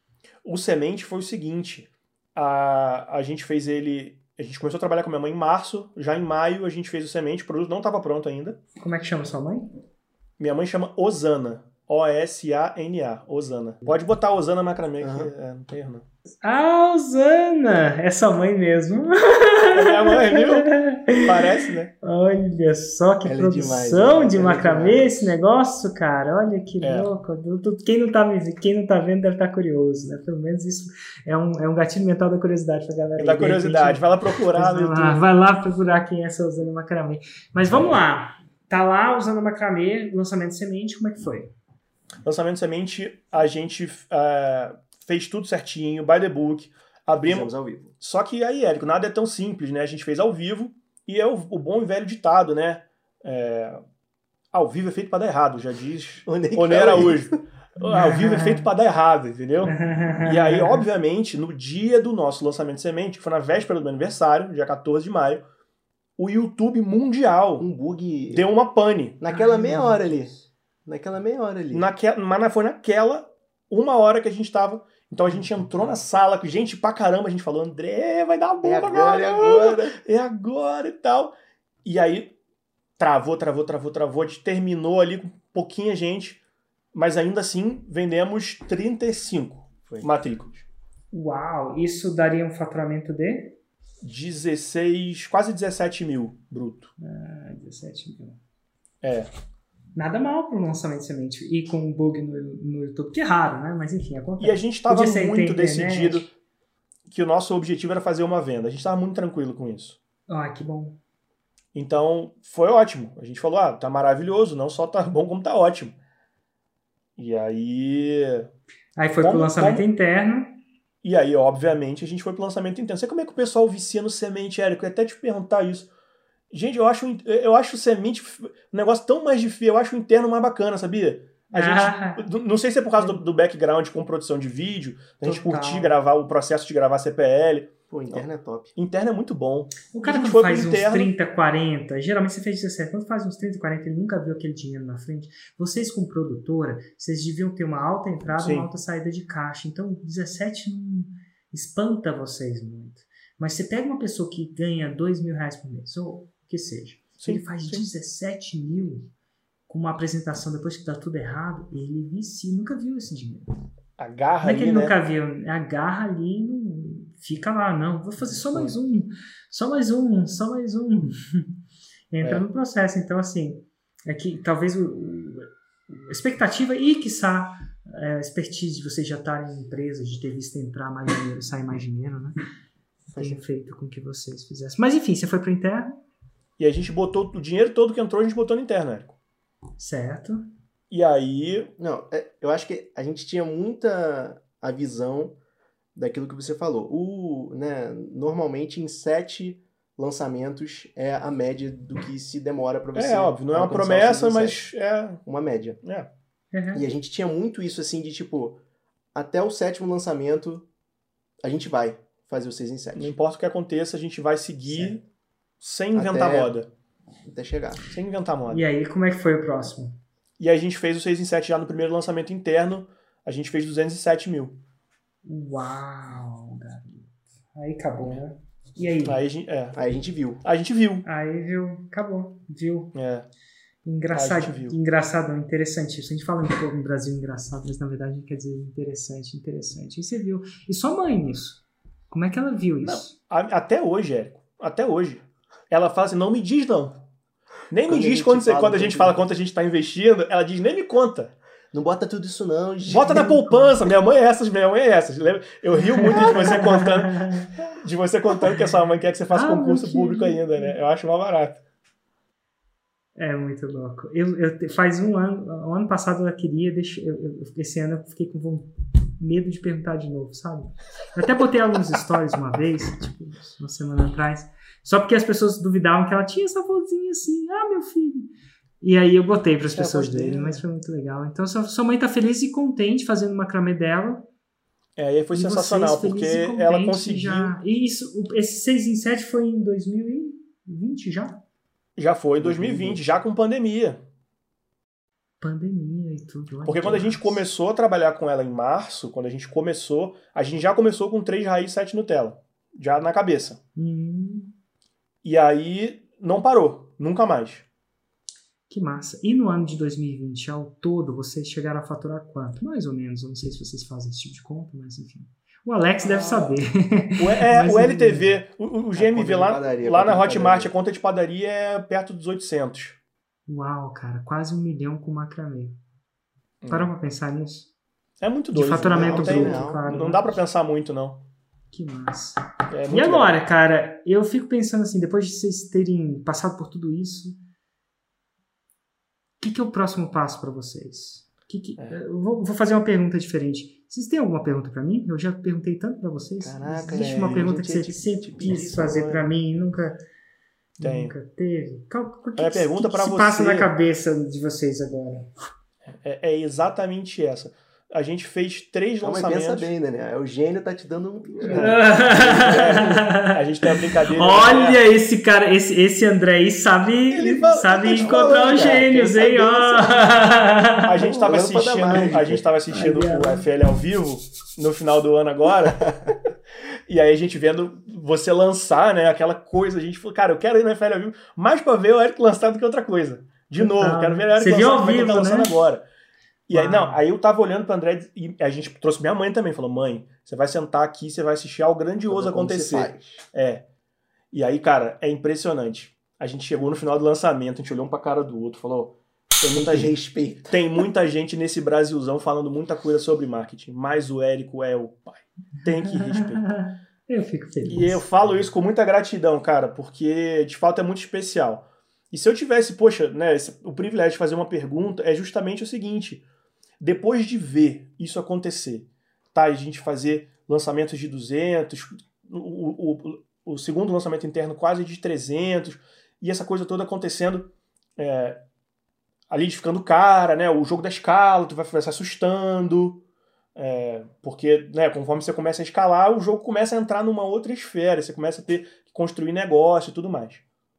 O semente foi o seguinte, a, a gente fez ele, a gente começou a trabalhar com minha mãe em março, já em maio a gente fez o semente, o produto não estava pronto ainda. Como é que chama sua mãe? Minha mãe chama Osana. O S A N A, Osana. Pode botar Osana Macramê, uhum. que é, não tem erro não. Ah, Osana! É sua mãe mesmo. É minha mãe, viu? Parece, né? Olha só que Ela produção é demais, de né? macramê é esse negócio, cara. Olha que é. louco. Quem não, tá, quem não tá vendo deve estar curioso, né? Pelo menos isso é um, é um gatilho mental da curiosidade pra galera. Da curiosidade, gente... vai lá procurar. Vai lá, vai lá procurar quem é essa Osana Macramê. Mas vamos lá. Tá lá usando macramê, lançamento de semente, como é que foi? Lançamento de semente, a gente uh, fez tudo certinho, by the book, abrimos... Fizemos ao vivo. Só que aí, Érico, nada é tão simples, né? A gente fez ao vivo e é o, o bom e velho ditado, né? É, ao vivo é feito para dar errado, já diz Onê Araújo. Ao vivo é feito para dar errado, entendeu? E aí, obviamente, no dia do nosso lançamento de semente, que foi na véspera do meu aniversário, dia quatorze de maio, o YouTube mundial um bug deu uma pane. Naquela meia hora ali. Naquela meia hora ali. Naque... Mas foi naquela uma hora que a gente tava... Então a gente entrou na sala, com gente pra caramba, a gente falou, André, vai dar bom É pra agora, é caramba, agora. é agora e tal. E aí, travou, travou, travou, travou, a gente terminou ali com pouquinha gente, mas ainda assim, vendemos trinta e cinco Foi. matrículas. Uau, isso daria um faturamento de? dezesseis, quase dezessete mil bruto. Ah, dezessete mil. É. Nada mal para o lançamento de semente. E com um bug no, no YouTube, que é raro, né? Mas enfim, acontece. E a gente estava Podia ser muito internet. decidido que o nosso objetivo era fazer uma venda. A gente estava muito tranquilo com isso. Ah, que bom. Então, foi ótimo. A gente falou, ah, tá maravilhoso, não só tá bom como tá ótimo. E aí... Aí foi Como- pro lançamento como- interno. E aí, obviamente, a gente foi pro lançamento interno. Sei como é que o pessoal vicia no semente, Érico? Eu ia até te perguntar isso. Gente, eu acho, eu acho o semente um negócio tão mais difícil. Eu acho o interno mais bacana, sabia? A Ah. gente, não sei se é por causa do, do background com produção de vídeo, a gente Total. curtir gravar o processo de gravar C P L. Pô, interno é top. Interno é muito bom. O cara A gente quando foi faz pro uns interno- trinta, quarenta, geralmente você fez dezessete, quando faz uns trinta, quarenta, ele nunca viu aquele dinheiro na frente. Vocês com produtora, vocês deviam ter uma alta entrada e Sim. uma alta saída de caixa. Então, dezessete não espanta vocês muito. Mas você pega uma pessoa que ganha dois mil reais por mês, ou o que seja, Sim, ele faz sim. dezessete mil com uma apresentação depois que dá tudo errado, ele vicia, nunca viu esse dinheiro. Agarra Não é que ali, ele né? nunca viu, agarra ali e não fica lá, não. Vou fazer só mais um, só mais um, só mais um. Entra É. no processo. Então, assim, é que talvez o, o- a expectativa e, quiçá, a expertise de vocês já estarem em empresas, de ter visto entrar mais dinheiro, sair mais dinheiro, né? Tem feito com que vocês fizessem. Mas, enfim, você foi pro interno, E a gente botou o dinheiro todo que entrou, a gente botou no interno, Érico. certo? E aí, Não, é, eu acho que a gente tinha muita a visão daquilo que você falou. O, né, normalmente em sete lançamentos é a média do que se demora para você. é óbvio, não é uma alcançar os promessa, seus mas sete. é, Uma média. é. Uhum. E a gente tinha muito isso assim de tipo, até o sétimo lançamento a gente vai fazer o seis em Não sete. importa o que aconteça, a gente vai seguir Certo. sem inventar Até- moda. Até chegar. Sem inventar moda. E aí, como é que foi o próximo? E aí a gente fez o seis em sete já no primeiro lançamento interno, a gente fez duzentos e sete mil. Uau, garoto. Aí acabou, né? E aí? Aí a gente, é, Aí a gente viu. a gente viu. Aí, viu? Acabou. Viu? É. Engraçado, A gente viu. engraçado, interessante isso. A gente fala um pouco no Brasil engraçado, mas na verdade quer dizer interessante, interessante. E você viu. E sua mãe nisso? Como é que ela viu isso? A- Até hoje, Érico. Até hoje. Ela fala assim, não me diz não. Nem Quando me a diz gente quando, você, fala quando a do gente que- fala quanto a gente está investindo, ela diz, nem me conta. Não bota tudo isso não. gente. Bota na poupança. Minha mãe é essas, minha mãe é essas. Lembra? Eu rio muito de você contando, de você contando que a sua mãe quer que você faça Ah, concurso meu público querido. ainda, né? Eu acho mal barato. É muito louco. Eu, eu te- faz um ano, o ano passado ela queria, deixa, eu, eu- esse ano eu fiquei com von- medo de perguntar de novo, sabe? Eu até botei alguns stories uma vez, tipo, uma semana atrás, só porque as pessoas duvidavam que ela tinha essa vozinha assim, ah, meu filho. E aí eu botei para as É a pessoas voz dele, dele, mas né? foi muito legal. Então sua, sua mãe tá feliz e contente fazendo o macramê dela. É, e aí foi E sensacional, vocês porque felizes e ela contentes conseguiu. Já... E isso, o- esse seis em sete foi em dois mil e vinte já? Já foi em dois mil e vinte, já com pandemia. Pandemia e tudo. olha Porque que quando a gente massa. começou a trabalhar com ela em março, quando a gente começou, a gente já começou com três raiz e sete Nutella. Já na cabeça. Hum, E aí não parou, nunca mais. que massa. E no ano de dois mil e vinte, ao todo, vocês chegaram a faturar quanto? Mais ou menos. Eu não sei se vocês fazem esse tipo de conta, mas enfim. O Alex deve saber. O, é, Mas o ele- L T V, o, o G M V conta de lá, padaria, lá conta na de Hotmart, padaria. a conta de padaria é perto dos oitocentos. Uau, cara. Quase um milhão com macramê. Parou pra pensar nisso? É muito De doido. faturamento não, tem- bruto, não, claro. Não né? dá pra pensar muito, não. Que massa. É E muito agora, legal. cara, eu fico pensando assim, depois de vocês terem passado por tudo isso, o que, que é o próximo passo pra vocês? Que que- É. Eu vou, vou fazer uma pergunta diferente. Vocês têm alguma pergunta pra mim? Eu já perguntei tanto pra vocês. Caraca, Existe é, uma a pergunta que gente ia você te- sempre te pedir quis isso fazer agora. pra mim e nunca, Tem. nunca teve? Qual, o que, A minha que, pergunta que pra se passa você- na cabeça de vocês agora? É, é exatamente essa. a gente fez três Não, mas lançamentos. pensa bem, né? O Eugênio tá te dando um... A gente tem uma brincadeira. Olha né? esse cara, esse, esse André aí sabe, fala, sabe encontrar falando, os cara, gênios, quem hein? sabe Ó. A gente tava Lâmpada assistindo, mágica. a gente tava assistindo Aí, o F L ao vivo no final do ano agora. E aí a gente vendo você lançar, né, aquela coisa, a gente falou, cara, eu quero ir no F L ao vivo mais pra ver o Eric lançar do que outra coisa. De novo, Ah, quero ver o Eric você lançar viu ao como é que ele tá vivo, lançando né? agora. E aí, Uau. não, aí eu tava olhando pro André e a gente trouxe minha mãe também, falou, mãe, você vai sentar aqui, você vai assistir algo grandioso Como se acontecer. faz. É. E aí, cara, é impressionante. A gente chegou no final do lançamento, a gente olhou um pra cara do outro, falou, tem muita Tem gente, respeito. tem muita gente nesse Brasilzão falando muita coisa sobre marketing, mas o Érico é o pai. Tem que respeitar. Eu fico feliz. E eu falo isso com muita gratidão, cara, porque de fato é muito especial. E se eu tivesse, poxa, né, esse, o privilégio de fazer uma pergunta é justamente o seguinte: depois de ver isso acontecer, tá, a gente fazer lançamentos de duzentos, o, o, o segundo lançamento interno quase de trezentos, e essa coisa toda acontecendo, é, a lead ficando cara, né, o jogo da escala, tu vai, vai se assustando. É, porque, né, conforme você começa a escalar, o jogo começa a entrar numa outra esfera, você começa a ter que construir negócio e tudo mais.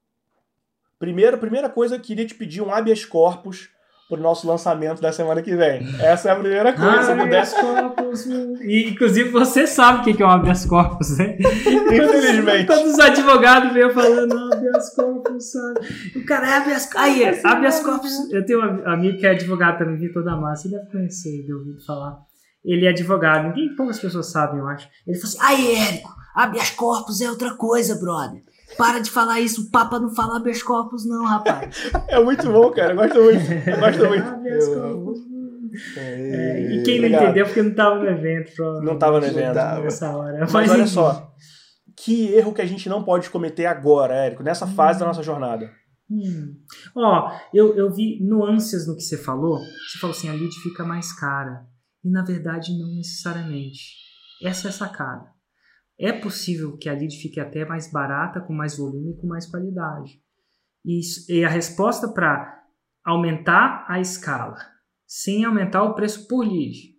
Primeira, primeira coisa, eu queria te pedir um habeas corpus pro nosso lançamento da semana que vem. Essa é a primeira coisa. Se Habeas puder. corpus. E, inclusive, você sabe o que é um habeas corpus, né? Infelizmente. Todos os advogados veio falando habeas corpus, sabe? O cara é habeas corpus. Aí, habeas corpus. Eu tenho um amigo que é advogado também, Vitor Damasio. Você deve conhecer, de ouvido falar. Ele é advogado. Ninguém, poucas pessoas sabem, eu acho. Ele falou assim, aí, Érico, habeas corpus é outra coisa, brother. Para de falar isso, o Papa não fala habeas corpus não, rapaz. É muito bom, cara. Eu gosto muito. Eu gosto muito. Habeas corpus. É, É, e quem não Obrigado. entendeu porque não estava no evento. Não estava no evento. Nessa hora. Mas, Mas olha enfim. só. Que erro que a gente não pode cometer agora, Érico, nessa fase da nossa jornada. Hum. Ó, eu, eu vi nuances no que você falou. Você falou assim, a lead fica mais cara. E na verdade não necessariamente. Essa é a sacada. É possível que a lead fique até mais barata, com mais volume e com mais qualidade. E, isso, e a resposta para aumentar a escala, sem aumentar o preço por lead,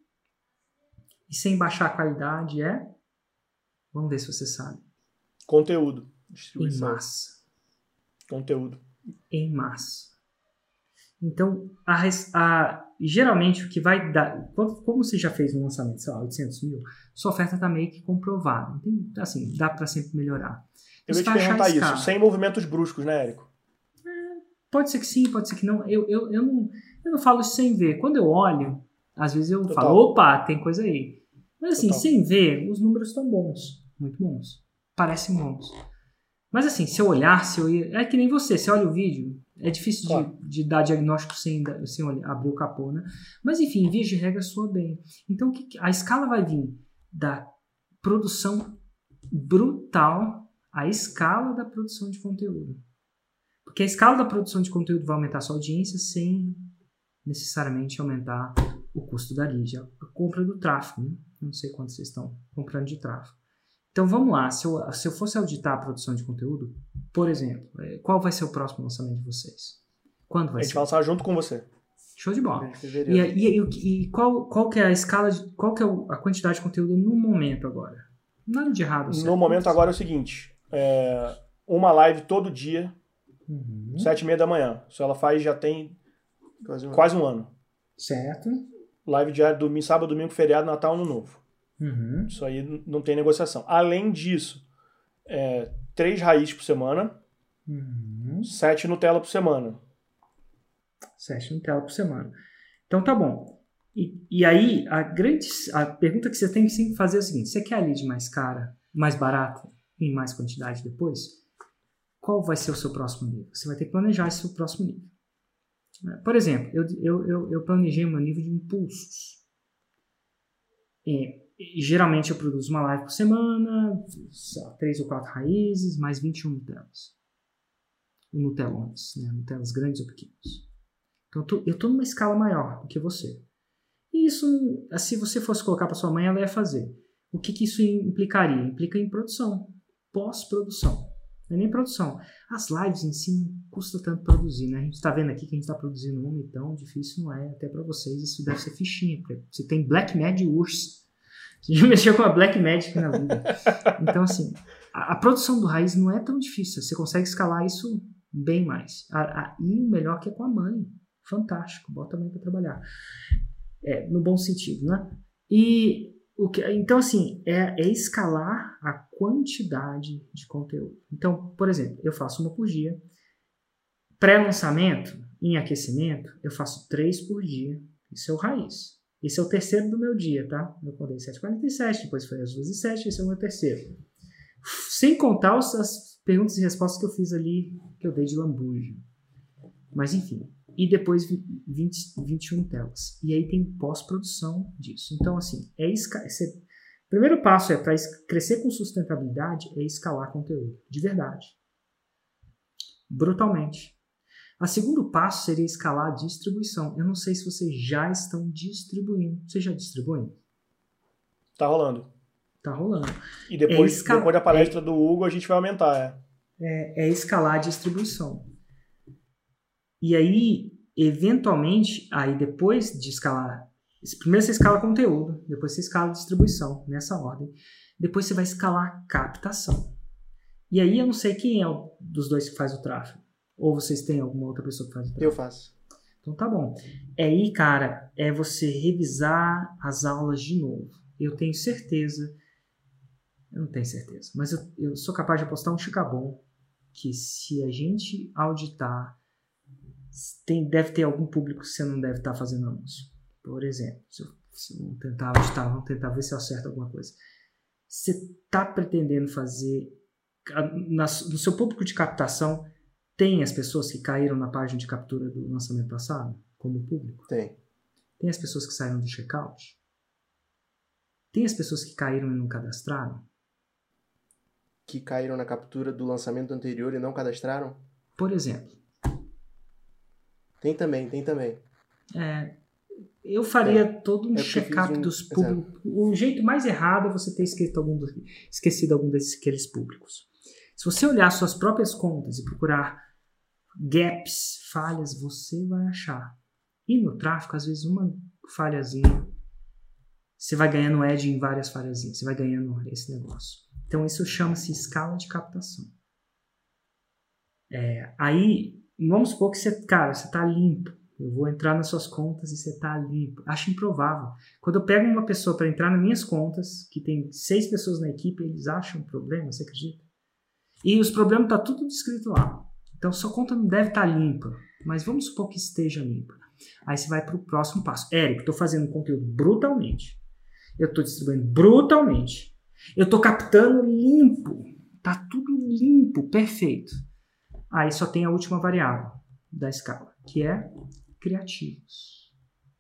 e sem baixar a qualidade é... Vamos ver se você sabe. Conteúdo. Em Distribuição. massa. Conteúdo. Em massa. Então, a, a, geralmente o que vai dar... Como você já fez um lançamento, sei lá, oitocentos mil, sua oferta está meio que comprovada. Tem, assim, dá para sempre melhorar. Eu Você ia te vai achar perguntar escala. isso, sem movimentos bruscos, né, Érico? Pode ser que sim, pode ser que não. Eu, eu, eu, não, eu não falo isso sem ver. Quando eu olho, às vezes eu Total. falo, opa, tem coisa aí. Mas assim, Total. sem ver, os números estão bons. Muito bons. Parecem bons. Mas assim, se eu olhar, se eu ir... É que nem você, você olha o vídeo, é difícil Claro. de, de dar diagnóstico sem, sem olhar, abrir o capô, né? Mas enfim, via de regra soa bem. Então o que, a escala vai vir da produção brutal à escala da produção de conteúdo. Porque a escala da produção de conteúdo vai aumentar a sua audiência sem necessariamente aumentar o custo da lead. A compra do tráfego, né? Não sei quanto vocês estão comprando de tráfego. Então vamos lá, se eu, se eu fosse auditar a produção de conteúdo, por exemplo, qual vai ser o próximo lançamento de vocês? Quando A vai gente ser? vai lançar junto com você. Show de bola. Em E, fevereiro. e, e, e qual, qual que é a escala, de, qual que é a quantidade de conteúdo no momento agora? Nada de errado. certo? No momento agora é o seguinte, é, uma live todo dia, Uhum. sete e meia da manhã. Isso ela faz já tem Quase um... quase um ano. Certo. Live diária, domingo, sábado, domingo, feriado, Natal, Ano Novo. Uhum. Isso aí n- não tem negociação. Além disso, é, três raízes por semana, Uhum. sete Nutella por semana. Sete Nutella por semana. Então tá bom. E, e aí, a grande a pergunta que você tem que sempre fazer é o seguinte: você quer a lead mais cara, mais barata, em mais quantidade depois? Qual vai ser o seu próximo nível? Você vai ter que planejar esse seu próximo nível. Por exemplo, eu, eu, eu, eu planejei o meu nível de impulsos. E, e, geralmente eu produzo uma live por semana, só três ou quatro raízes, mais vinte e um Nutellas. Nutelões, né? Nutellas grandes ou pequenos. Então eu tô, eu tô numa escala maior do que você. E isso, se você fosse colocar para sua mãe, ela ia fazer. O que, que isso implicaria? Implica em produção, pós-produção. Não é nem produção. As lives em si não custa tanto produzir, né? A gente está vendo aqui que a gente está produzindo uma, então difícil não é. Até para vocês isso deve ser fichinha. Você tem Blackmagic Urso. Você já mexeu com a Blackmagic na vida. Então, assim, a, a produção do Raiz não é tão difícil. Você consegue escalar isso bem mais. A, a, e o melhor que é com a mãe. Fantástico. Bota a mãe para trabalhar. É, no bom sentido, né? E... O que, então, assim, é, é escalar a quantidade de conteúdo. Então, por exemplo, eu faço uma por dia. Pré-lançamento, em aquecimento, eu faço três por dia. Isso é o raiz. Esse é o terceiro do meu dia, tá? Eu acordei às sete e quarenta e sete, depois foi às duas e sete, esse é o meu terceiro. Sem contar as perguntas e respostas que eu fiz ali, que eu dei de lambuja. Mas, enfim. E depois vinte, vinte e uma telas. E aí tem pós-produção disso. Então, assim, é esca- esse, o primeiro passo é para es- crescer com sustentabilidade, é escalar conteúdo. De verdade. Brutalmente. O segundo passo seria escalar a distribuição. Eu não sei se vocês já estão distribuindo. Vocês já distribuem? Tá rolando. Tá rolando. E depois, é escal- depois da palestra é, do Hugo, a gente vai aumentar. É, é, é escalar a distribuição. E aí, eventualmente, aí depois de escalar, primeiro você escala conteúdo, depois você escala distribuição, nessa ordem. Depois você vai escalar captação. E aí eu não sei quem é o dos dois que faz o tráfego. Ou vocês têm alguma outra pessoa que faz o tráfego? Eu faço. Então tá bom. Aí, cara, é você revisar as aulas de novo. Eu tenho certeza, eu não tenho certeza, mas eu, eu sou capaz de apostar um chicabom que se a gente auditar, Tem, deve ter algum público que você não deve estar fazendo anúncio. Por exemplo, se eu, se eu tentar auditar, vamos tentar ver se eu acerto alguma coisa. Você está pretendendo fazer... Na, no seu público de captação, tem as pessoas que caíram na página de captura do lançamento passado, como público? Tem. Tem as pessoas que saíram do checkout? Tem as pessoas que caíram e não cadastraram? Que caíram na captura do lançamento anterior e não cadastraram? Por exemplo. Tem também, tem também. É, eu faria é, todo um é check-up um... dos públicos. O jeito mais errado é você ter esquecido algum, dos, esquecido algum desses públicos. Se você olhar suas próprias contas e procurar gaps, falhas, você vai achar. E no tráfego, às vezes, uma falhazinha, você vai ganhando edge em várias falhazinhas. Você vai ganhando esse negócio. Então, isso chama-se escala de captação. É, aí... Vamos supor que você, cara, você tá limpo. Eu vou entrar nas suas contas e você tá limpo. Acho improvável. Quando eu pego uma pessoa para entrar nas minhas contas, que tem seis pessoas na equipe, eles acham problema, você acredita? E os problemas tá tudo descrito lá. Então, sua conta não deve estar limpa. Mas vamos supor que esteja limpa. Aí você vai para o próximo passo. Érico, estou fazendo conteúdo brutalmente. Eu estou distribuindo brutalmente. Eu estou captando limpo. Tá tudo limpo, perfeito. Aí só tem a última variável da escala, que é criativos.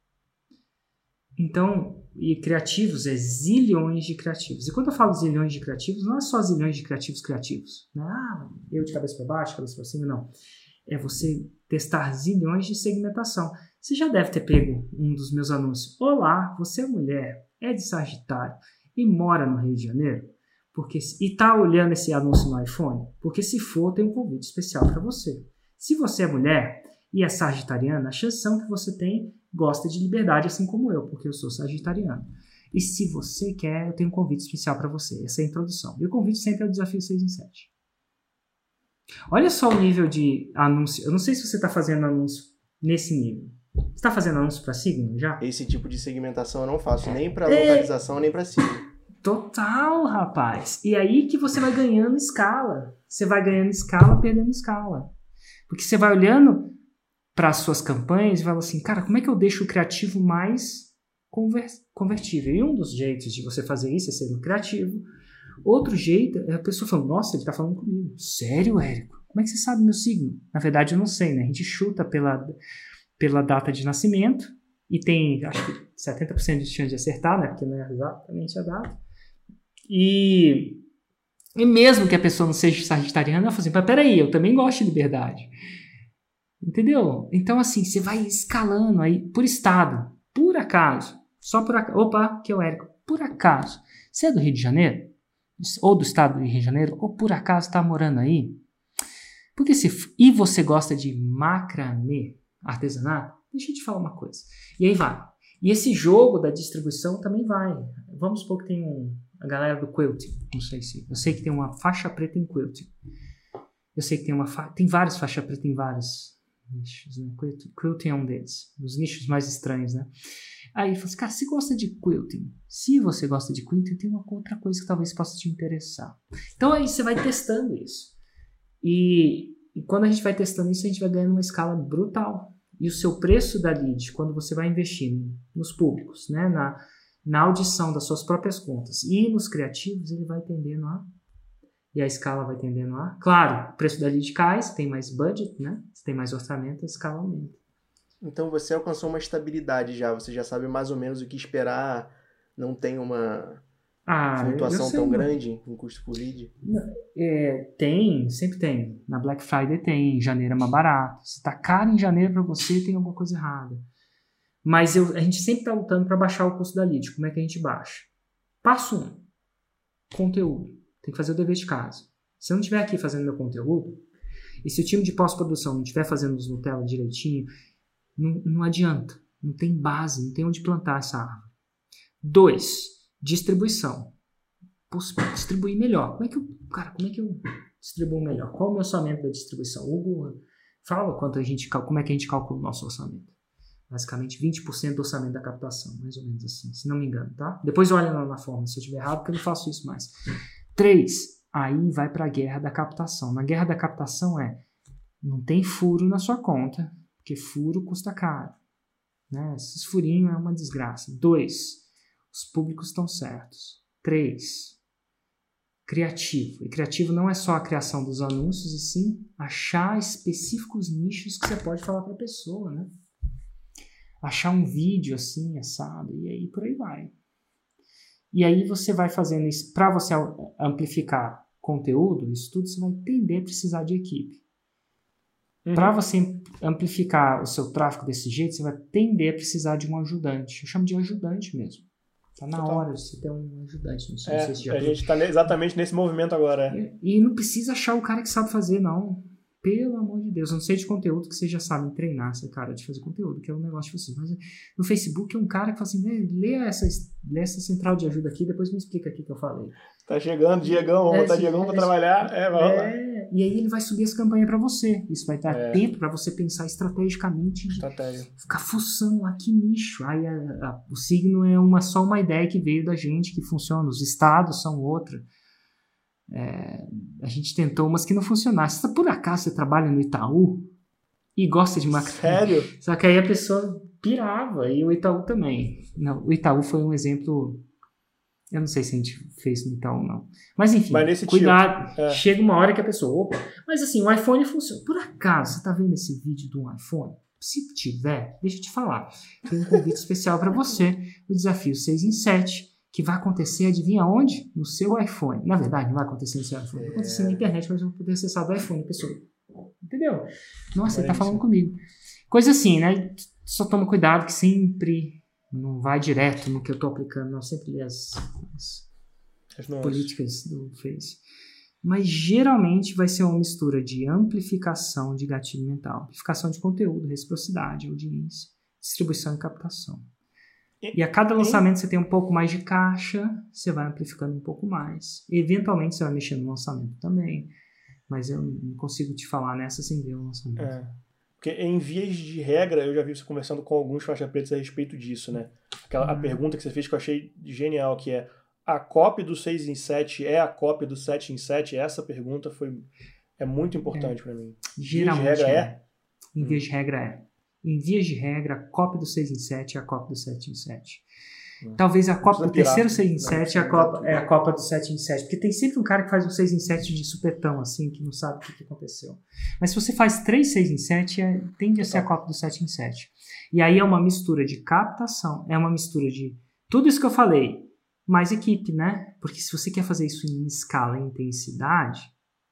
Então, e criativos é zilhões de criativos. E quando eu falo zilhões de criativos, não é só zilhões de criativos criativos. Não é, ah, eu de cabeça para baixo, cabeça para cima, não. É você testar zilhões de segmentação. Você já deve ter pego um dos meus anúncios. Olá, você é mulher, é de Sagitário e mora no Rio de Janeiro? Porque, e tá olhando esse anúncio no iPhone? Porque se for, tem um convite especial para você. Se você é mulher e é sagitariana, a chance são que você tem, gosta de liberdade, assim como eu, porque eu sou sagitariano. E se você quer, eu tenho um convite especial para você. Essa é a introdução. E o convite sempre é o desafio seis em sete. Olha só o nível de anúncio. Eu não sei se você está fazendo anúncio nesse nível. Você está fazendo anúncio para signo já? Esse tipo de segmentação eu não faço nem para localização, é... nem para signo. Total, rapaz. E aí que você vai ganhando escala. Você vai ganhando escala, perdendo escala. Porque você vai olhando para as suas campanhas e vai assim, cara, como é que eu deixo o criativo mais conver- convertível? E um dos jeitos de você fazer isso é sendo criativo. Outro jeito é a pessoa falando, nossa, ele tá falando comigo. Sério, Érico? Como é que você sabe meu signo? Na verdade, eu não sei, né? A gente chuta pela, pela data de nascimento e tem, acho que setenta por cento de chance de acertar, né? Porque não é exatamente a data. E, e mesmo que a pessoa não seja sagitariana, ela fala assim, mas peraí, eu também gosto de liberdade. Entendeu? Então, assim, você vai escalando aí por estado. Por acaso. Só por acaso. Opa, que é o Érico. Por acaso. Você é do Rio de Janeiro? ou do estado do Rio de Janeiro, ou por acaso está morando aí, porque se, e você gosta de macramê, artesanato, deixa eu te falar uma coisa. E aí vai. E esse jogo da distribuição também vai. Vamos supor que tem um, a galera do quilting, não sei se, eu sei que tem uma faixa preta em quilting. Eu sei que tem uma fa... tem várias faixas pretas em vários nichos, né? Quilting é um deles, dos nichos mais estranhos, né? Aí ele falou assim, cara, se gosta de quilting, se você gosta de quilting, tem uma outra coisa que talvez possa te interessar. Então aí você vai testando isso. E, e quando a gente vai testando isso, a gente vai ganhando uma escala brutal. E o seu preço da lead, quando você vai investindo nos públicos, né? Na, na audição das suas próprias contas e nos criativos, ele vai tendendo a... E a escala vai tendendo a... Claro, o preço da lead cai, você tem mais budget, né? Você tem mais orçamento, a escala aumenta. Então você alcançou uma estabilidade já, você já sabe mais ou menos o que esperar, não tem uma ah, flutuação tão não. grande em custo por lead? É, tem, sempre tem. Na Black Friday tem, em janeiro é mais barato. Se tá caro em janeiro para você, tem alguma coisa errada. Mas eu, a gente sempre tá lutando para baixar o custo da lead. Como é que a gente baixa? Passo um. Conteúdo. Tem que fazer o dever de casa. Se eu não estiver aqui fazendo meu conteúdo, e se o time de pós-produção não estiver fazendo os Nutella direitinho, não, não adianta. Não tem base, não tem onde plantar essa árvore. Dois, distribuição. Posso distribuir melhor. Como é que eu, cara, como é que eu distribuo melhor? Qual é o meu orçamento da distribuição? Hugo, fala quanto a gente, como é que a gente calcula o nosso orçamento. Basicamente vinte por cento do orçamento da captação, mais ou menos assim, se não me engano, tá? Depois olha lá na forma, se eu estiver errado, porque eu não faço isso mais. Três, aí vai para a guerra da captação. Na guerra da captação é, não tem furo na sua conta, porque furo custa caro. Né? Esses furinhos é uma desgraça. Dois, os públicos estão certos. Três, criativo. E criativo não é só a criação dos anúncios, e sim achar específicos nichos que você pode falar para a pessoa, né? Achar um vídeo assim, assado, e aí por aí vai. E aí você vai fazendo isso, para você amplificar conteúdo, isso tudo você vai tender a precisar de equipe. Uhum. Para você amplificar o seu tráfego desse jeito, você vai tender a precisar de um ajudante. Eu chamo de ajudante mesmo. Tá na Total. hora de você ter um ajudante. Não sei é, se você já a viu. gente tá exatamente nesse movimento agora. É. E, e não precisa achar o cara que sabe fazer, não. Pelo amor de Deus, eu não sei de conteúdo que vocês já sabem treinar essa cara de fazer conteúdo, que é um negócio de vocês. Mas no Facebook é um cara que fala assim, lê essa, lê essa central de ajuda aqui, depois me explica aqui o que eu falei. Tá chegando, Diegão, vamos é, botar Diegão é, pra é, trabalhar. É, vamos lá. É, e aí ele vai subir as campanhas pra você. Isso vai dar é. tempo pra você pensar estrategicamente. Estratégia. Ficar fuçando lá que nicho. Aí a, a, o signo é uma, só uma ideia que veio da gente, que funciona. Os estados são outra. É, a gente tentou umas que não funcionaram. Se por acaso você trabalha no Itaú e gosta de macramê, sério? Só que aí a pessoa pirava, e o Itaú também. Não, o Itaú foi um exemplo. Eu não sei se a gente fez no Itaú, não. Mas enfim, mas nesse cuidado. Tipo, é. Chega uma hora que a pessoa. Opa, mas assim, o iPhone funciona. Por acaso você tá vendo esse vídeo de um iPhone? Se tiver, deixa eu te falar. Tem um convite especial para você. O desafio seis em sete. Que vai acontecer, adivinha onde? No seu iPhone. Na verdade, não vai acontecer no seu iPhone. Vai acontecer na internet, mas eu vou poder acessar do iPhone, pessoa. Entendeu? Nossa, é ele tá isso. falando comigo. Coisa assim, né? Só toma cuidado que sempre não vai direto no que eu tô aplicando. Não, sempre lê as, as, as políticas do Face. Mas geralmente vai ser uma mistura de amplificação de gatilho mental. Amplificação de conteúdo, reciprocidade, audiência, distribuição e captação. E a cada lançamento você tem um pouco mais de caixa, você vai amplificando um pouco mais. E eventualmente você vai mexer no lançamento também. Mas eu não consigo te falar nessa sem ver o lançamento. É. Porque em vias de regra, eu já vi você conversando com alguns faixa pretos a respeito disso, né? Aquela, hum. A pergunta que você fez que eu achei genial, que é a cópia do seis em sete é a cópia do sete em sete? Essa pergunta foi, é muito importante é. para mim. Geralmente vias de regra é. é. Em vias de regra é. Em vias de regra, a cópia do seis em sete é a cópia do sete em sete. Hum. Talvez a cópia do terceiro seis em sete é a, cópia, é a cópia do sete em sete. Porque tem sempre um cara que faz um seis em sete de supetão, assim, que não sabe o que, que aconteceu. Mas se você faz três seis em sete, é, tende a ser a cópia do sete em sete. E aí é uma mistura de captação, é uma mistura de tudo isso que eu falei, mais equipe, né? Porque se você quer fazer isso em escala e intensidade,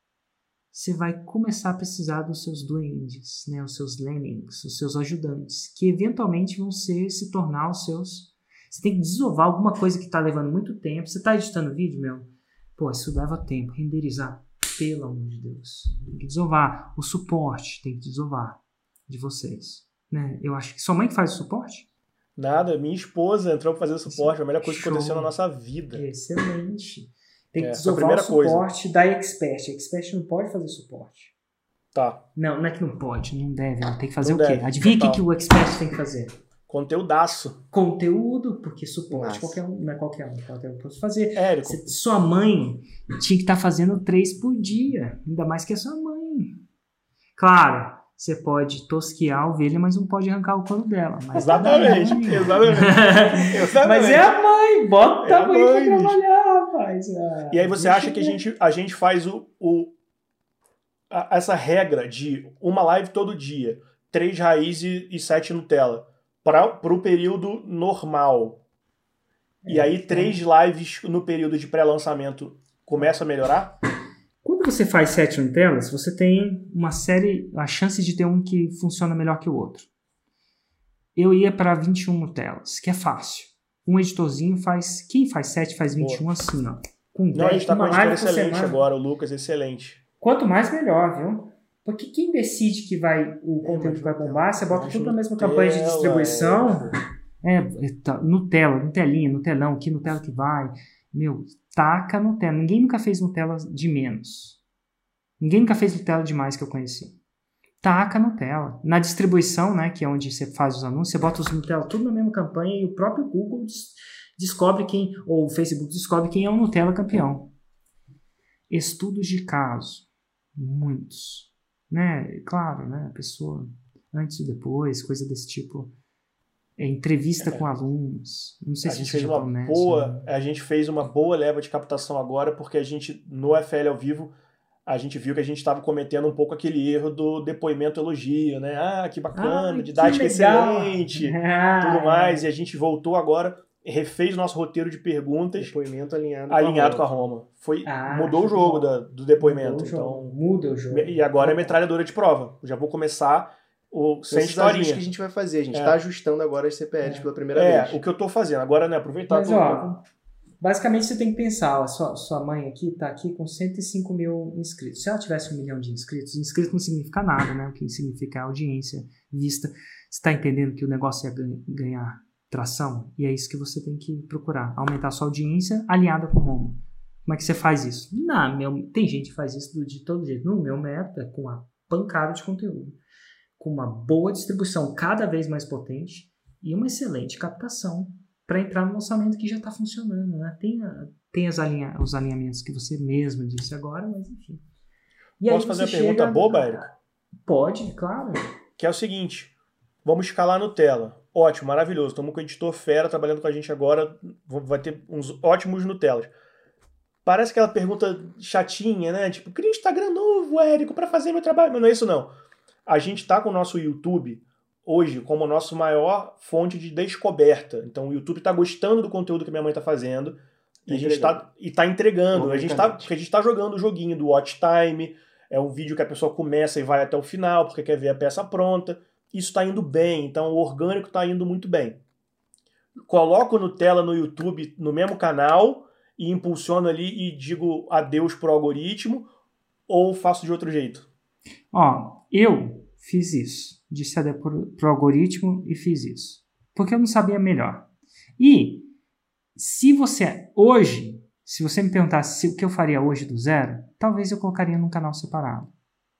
você vai começar a precisar dos seus duendes, né, os seus lemmings, os seus ajudantes, que eventualmente vão ser, se tornar os seus... Você tem que desovar alguma coisa que está levando muito tempo. Você está editando vídeo, meu? Pô, isso leva tempo. Renderizar, pelo amor de Deus. Tem que desovar. O suporte tem que desovar de vocês. Né? Eu acho que sua mãe que faz o suporte? Nada, minha esposa entrou para fazer o suporte, a melhor coisa que Show. aconteceu na nossa vida. Excelente. Tem que É, desovar o suporte coisa. Da Expert. A Expert não pode fazer suporte. Tá. Não, não é que não pode, não deve, não tem que fazer não o quê? Deve, Adivinha o que, que o Expert tem que fazer? Conteúdaço. Conteúdo, porque suporte Nossa. qualquer um, não é qualquer um, qualquer um pode fazer. Érico. Você, sua mãe tinha que estar tá fazendo três por dia, ainda mais que a sua mãe. Claro, você pode tosquear a ovelha, mas não pode arrancar o couro dela. Mas exatamente, é exatamente. exatamente. Mas é a mãe, bota é a mãe, mãe pra trabalhar, rapaz. Ah, e aí você acha que a gente, a gente faz o, o, a, essa regra de uma live todo dia, três raiz e, e sete Nutella, para o período normal. É, e aí três é. lives no período de pré-lançamento começa a melhorar? Quando você faz sete Nutellas, você tem uma série, a chance de ter um que funciona melhor que o outro. Eu ia para vinte e um Nutellas, que é fácil. Um editorzinho faz, quem faz sete faz vinte e um. Boa. Assim, ó. Com Não, dez, a gente tá com um editor excelente semana. Agora, o Lucas, excelente. Quanto mais, melhor, viu? Porque quem decide que vai, o conteúdo é, que vai bombar, você bota tudo na mesma Nutella, campanha de distribuição. É, é tá, Nutella, Nutelinha, Nutelão, que Nutella que vai. Meu, taca Nutella. Ninguém nunca fez Nutella de menos. Ninguém nunca fez Nutella de mais que eu conheci. Taca Nutella. Na distribuição, né, que é onde você faz os anúncios, você bota os Nutella tudo na mesma campanha e o próprio Google des- descobre quem, ou o Facebook descobre quem é o Nutella campeão. Estudos de caso. Muitos. Né? Claro, né? A pessoa antes e depois, coisa desse tipo. É, entrevista é. com alunos. Não sei a se gente você fez já uma promete, boa, né? A gente fez uma boa leva de captação agora, porque a gente, no F L ao vivo, a gente viu que a gente estava cometendo um pouco aquele erro do depoimento elogio, né? Ah, que bacana, ah, didática que legal. excelente, ah, tudo mais. E a gente voltou agora, refez o nosso roteiro de perguntas. Depoimento alinhado, alinhado com a Roma. Com a Roma. Foi, ah, mudou o jogo da, do depoimento. Muda o jogo. Então, Muda o jogo. E agora é metralhadora de prova. Já vou começar o, sem Esses historinha. ajustes que a gente vai fazer. A gente está é. ajustando agora as C P Ls é. pela primeira é, vez. É, o que eu estou fazendo. Agora, né, aproveitar... Mas, ó, basicamente você tem que pensar, ó, sua, sua mãe aqui está aqui com cento e cinco mil inscritos. Se ela tivesse um milhão de inscritos, inscrito não significa nada, né? O que significa é audiência, vista. Você está entendendo que o negócio é ganhar tração? E é isso que você tem que procurar. Aumentar a sua audiência alinhada com o Roma. Como é que você faz isso? Não, meu, tem gente que faz isso de todo jeito. No meu método é com uma pancada de conteúdo. Com uma boa distribuição cada vez mais potente e uma excelente captação para entrar no lançamento que já está funcionando, né? Tem, a, tem as alinha, os alinhamentos que você mesmo disse agora, mas enfim. E Posso fazer uma pergunta chega... boba, Érico? Pode, claro. Que é o seguinte, vamos escalar Nutella. Ótimo, maravilhoso. Estamos com o editor fera trabalhando com a gente agora, vai ter uns ótimos Nutellas. Parece aquela pergunta chatinha, né? Tipo, cria um Instagram novo, Érico, para fazer meu trabalho. Mas não é isso, não. A gente está com o nosso YouTube hoje como a nossa maior fonte de descoberta. Então o YouTube está gostando do conteúdo que minha mãe está fazendo e a gente está e tá entregando. A gente está porque a gente está jogando o joguinho do Watch Time. É um vídeo que a pessoa começa e vai até o final porque quer ver a peça pronta. Isso está indo bem. Então o orgânico está indo muito bem. Coloco Nutella no YouTube no mesmo canal e impulsiono ali e digo adeus pro algoritmo ou faço de outro jeito? Ó, eu fiz isso. Disse adeus pro, pro algoritmo e fiz isso. Porque eu não sabia melhor. E se você, hoje, se você me perguntasse se, o que eu faria hoje do zero, talvez eu colocaria num canal separado.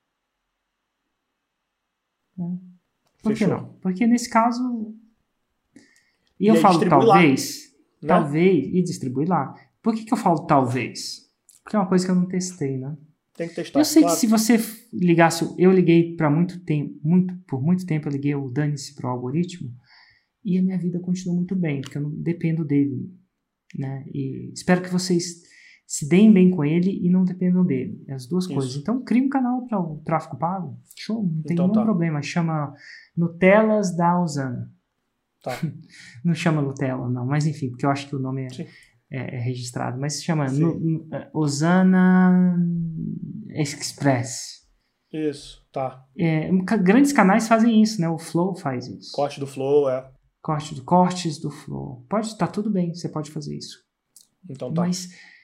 Por Fechou. que não? Porque nesse caso... E, e eu falo talvez, lá, talvez, né? E distribui lá. Por que, que eu falo talvez? Porque é uma coisa que eu não testei, né? Tem que testar. Eu sei claro. que se você ligasse, eu liguei para muito tempo, muito, por muito tempo eu liguei o dane-se para o algoritmo e a minha vida continua muito bem, porque eu não dependo dele, né? E espero que vocês se deem bem com ele e não dependam dele, as duas Isso. coisas. Então crie um canal para o tráfego pago, show, não tem então, nenhum tá. problema, chama Nutellas da Osana. Tá. Não chama Nutella, não, mas enfim, porque eu acho que o nome é, é, é registrado, mas se chama nu, nu, Osana Express. Isso, tá. É, grandes canais fazem isso, né? O Flow faz isso. Corte do Flow, é. Corte do, cortes do Flow. Pode, tá tudo bem, você pode fazer isso. Então tá. Mas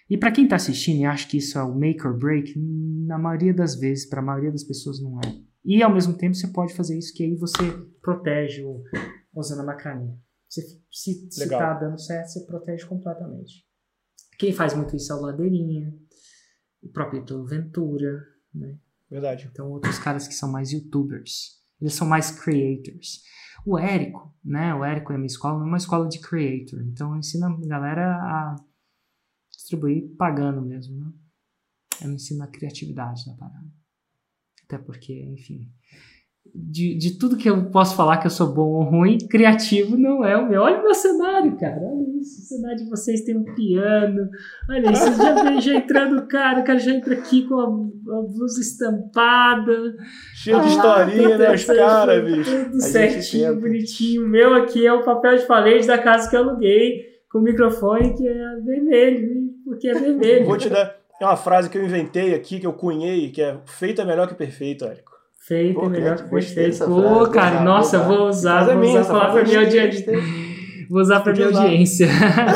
E para quem tá assistindo e acha que isso é o make or break, na maioria das vezes, para a maioria das pessoas não é. E ao mesmo tempo você pode fazer isso, que aí você protege o, usando a macramê. Você, se, se tá dando certo, você protege completamente. Quem faz muito isso é o Ladeirinha, o próprio Heitor Ventura, né? Verdade. Então outros caras que são mais youtubers. Eles são mais creators. O Érico, né? O Érico é uma escola, é uma escola de creator. Então ensina a galera a distribuir pagando mesmo, né? Eu ensino a criatividade da parada. Até porque, enfim, de, de tudo que eu posso falar que eu sou bom ou ruim, criativo não é o meu. Olha o meu cenário, cara. Olha isso. O cenário de vocês tem um piano. Olha isso. Vocês já vem já entrando o cara. O cara já entra aqui com a, a blusa estampada. Cheio de historinha, né? Os caras, bicho. Tudo certinho, bonitinho. O meu aqui é o papel de parede da casa que eu aluguei, com o microfone que é vermelho, porque é vermelho. Vou te dar uma frase que eu inventei aqui, que eu cunhei, que é feito é melhor que perfeito, Érico. Feito Pô, é melhor que perfeito. Pô, frase, cara, usar, nossa, usar. vou usar, vou minha, usar falar pra minha audiência. Vou usar pra minha usar. audiência.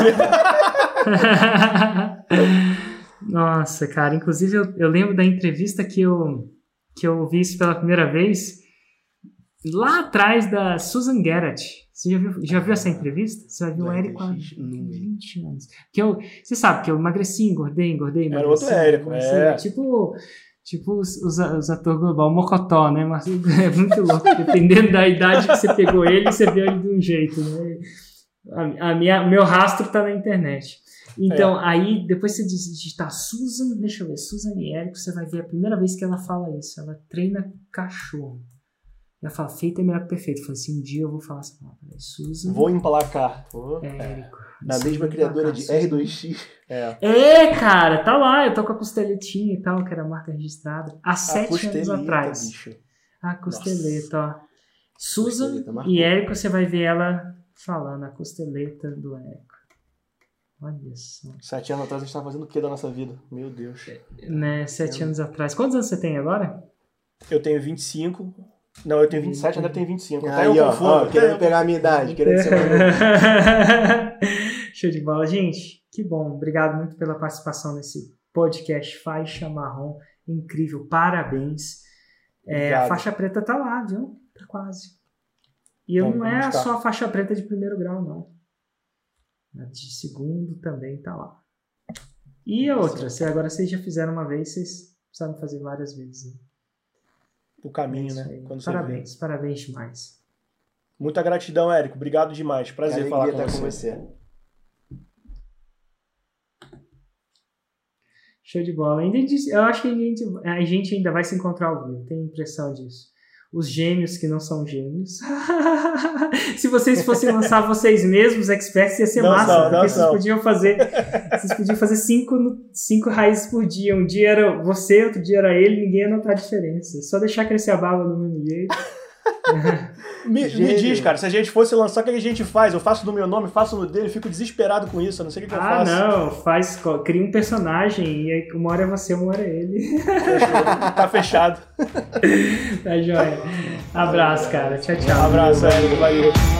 Nossa, cara, inclusive eu, eu lembro da entrevista que eu, que eu ouvi isso pela primeira vez, lá atrás da Susan Garrett. Você já viu, já viu essa entrevista? Você vai ver o Érico há vinte anos. Que eu, você sabe que eu emagreci, engordei, engordei, emagreci. Era outro Érico, é. Tipo, tipo os, os, os atores global, o Mocotó, né? Mas é muito louco. Dependendo da idade que você pegou ele, você vê ele de um jeito, né? A, a minha, meu rastro tá na internet. Então, é. Aí, depois você digitar Susan, deixa eu ver, Susan e Érico, você vai ver a primeira vez que ela fala isso. Ela treina cachorro. Ela fala, feito é melhor que perfeito. Eu falei assim, um dia eu vou falar essa palavra. Susan. Vou emplacar. Oh, Érico. Na Isso, mesma criadora de Susan. R dois X. É. É, cara, tá lá. Eu tô com a costeletinha e tal, que era a marca registrada. Há sete anos atrás. Bicho. A costeleta, ó. Susan Costeleta, e Érico, você vai ver ela falando, a costeleta do Érico. Olha só. Sete anos atrás a gente tava fazendo o que da nossa vida? Meu Deus. Né, sete anos atrás. Quantos anos você tem agora? Eu tenho vinte e cinco. Não, eu tenho vinte e sete, André tem vinte e cinco. Aí, eu ó, confundo. ó, querendo pegar a minha idade, querendo ser mais Show de bola. Gente, que bom. Obrigado muito pela participação nesse podcast Faixa Marrom. Incrível. Parabéns. É, a faixa preta tá lá, viu? Tá quase. E Bom, não é buscar. só a faixa preta de primeiro grau, não. A de segundo também tá lá. E a outra, se agora vocês já fizeram uma vez, vocês sabem fazer várias vezes. Né? O caminho, É né? aí. Quando Parabéns, você parabéns demais. Muita gratidão, Érico. Obrigado demais. Prazer Alegria falar com estar você. com você. Show de bola. Ainda disse, eu acho que a gente, a gente ainda vai se encontrar ao vivo. Tenho a impressão disso. Os gêmeos que não são gêmeos. Se vocês fossem lançar vocês mesmos, experts, ia ser não massa. São, porque não vocês são. podiam fazer. Vocês podiam fazer cinco, cinco raízes por dia. Um dia era você, outro dia era ele, ninguém ia notar a diferença. Só deixar crescer a barba do mesmo jeito. Me, me diz, cara, se a gente fosse lançar, o que a gente faz? Eu faço no meu nome, faço no dele, fico desesperado com isso, eu não sei o que, que eu Ah, faço. não, faz, cria um personagem e aí uma hora é você, uma hora é ele. Tá fechado. Tá joia. Abraço, cara. Tchau, tchau. Um abraço, Érico. Valeu.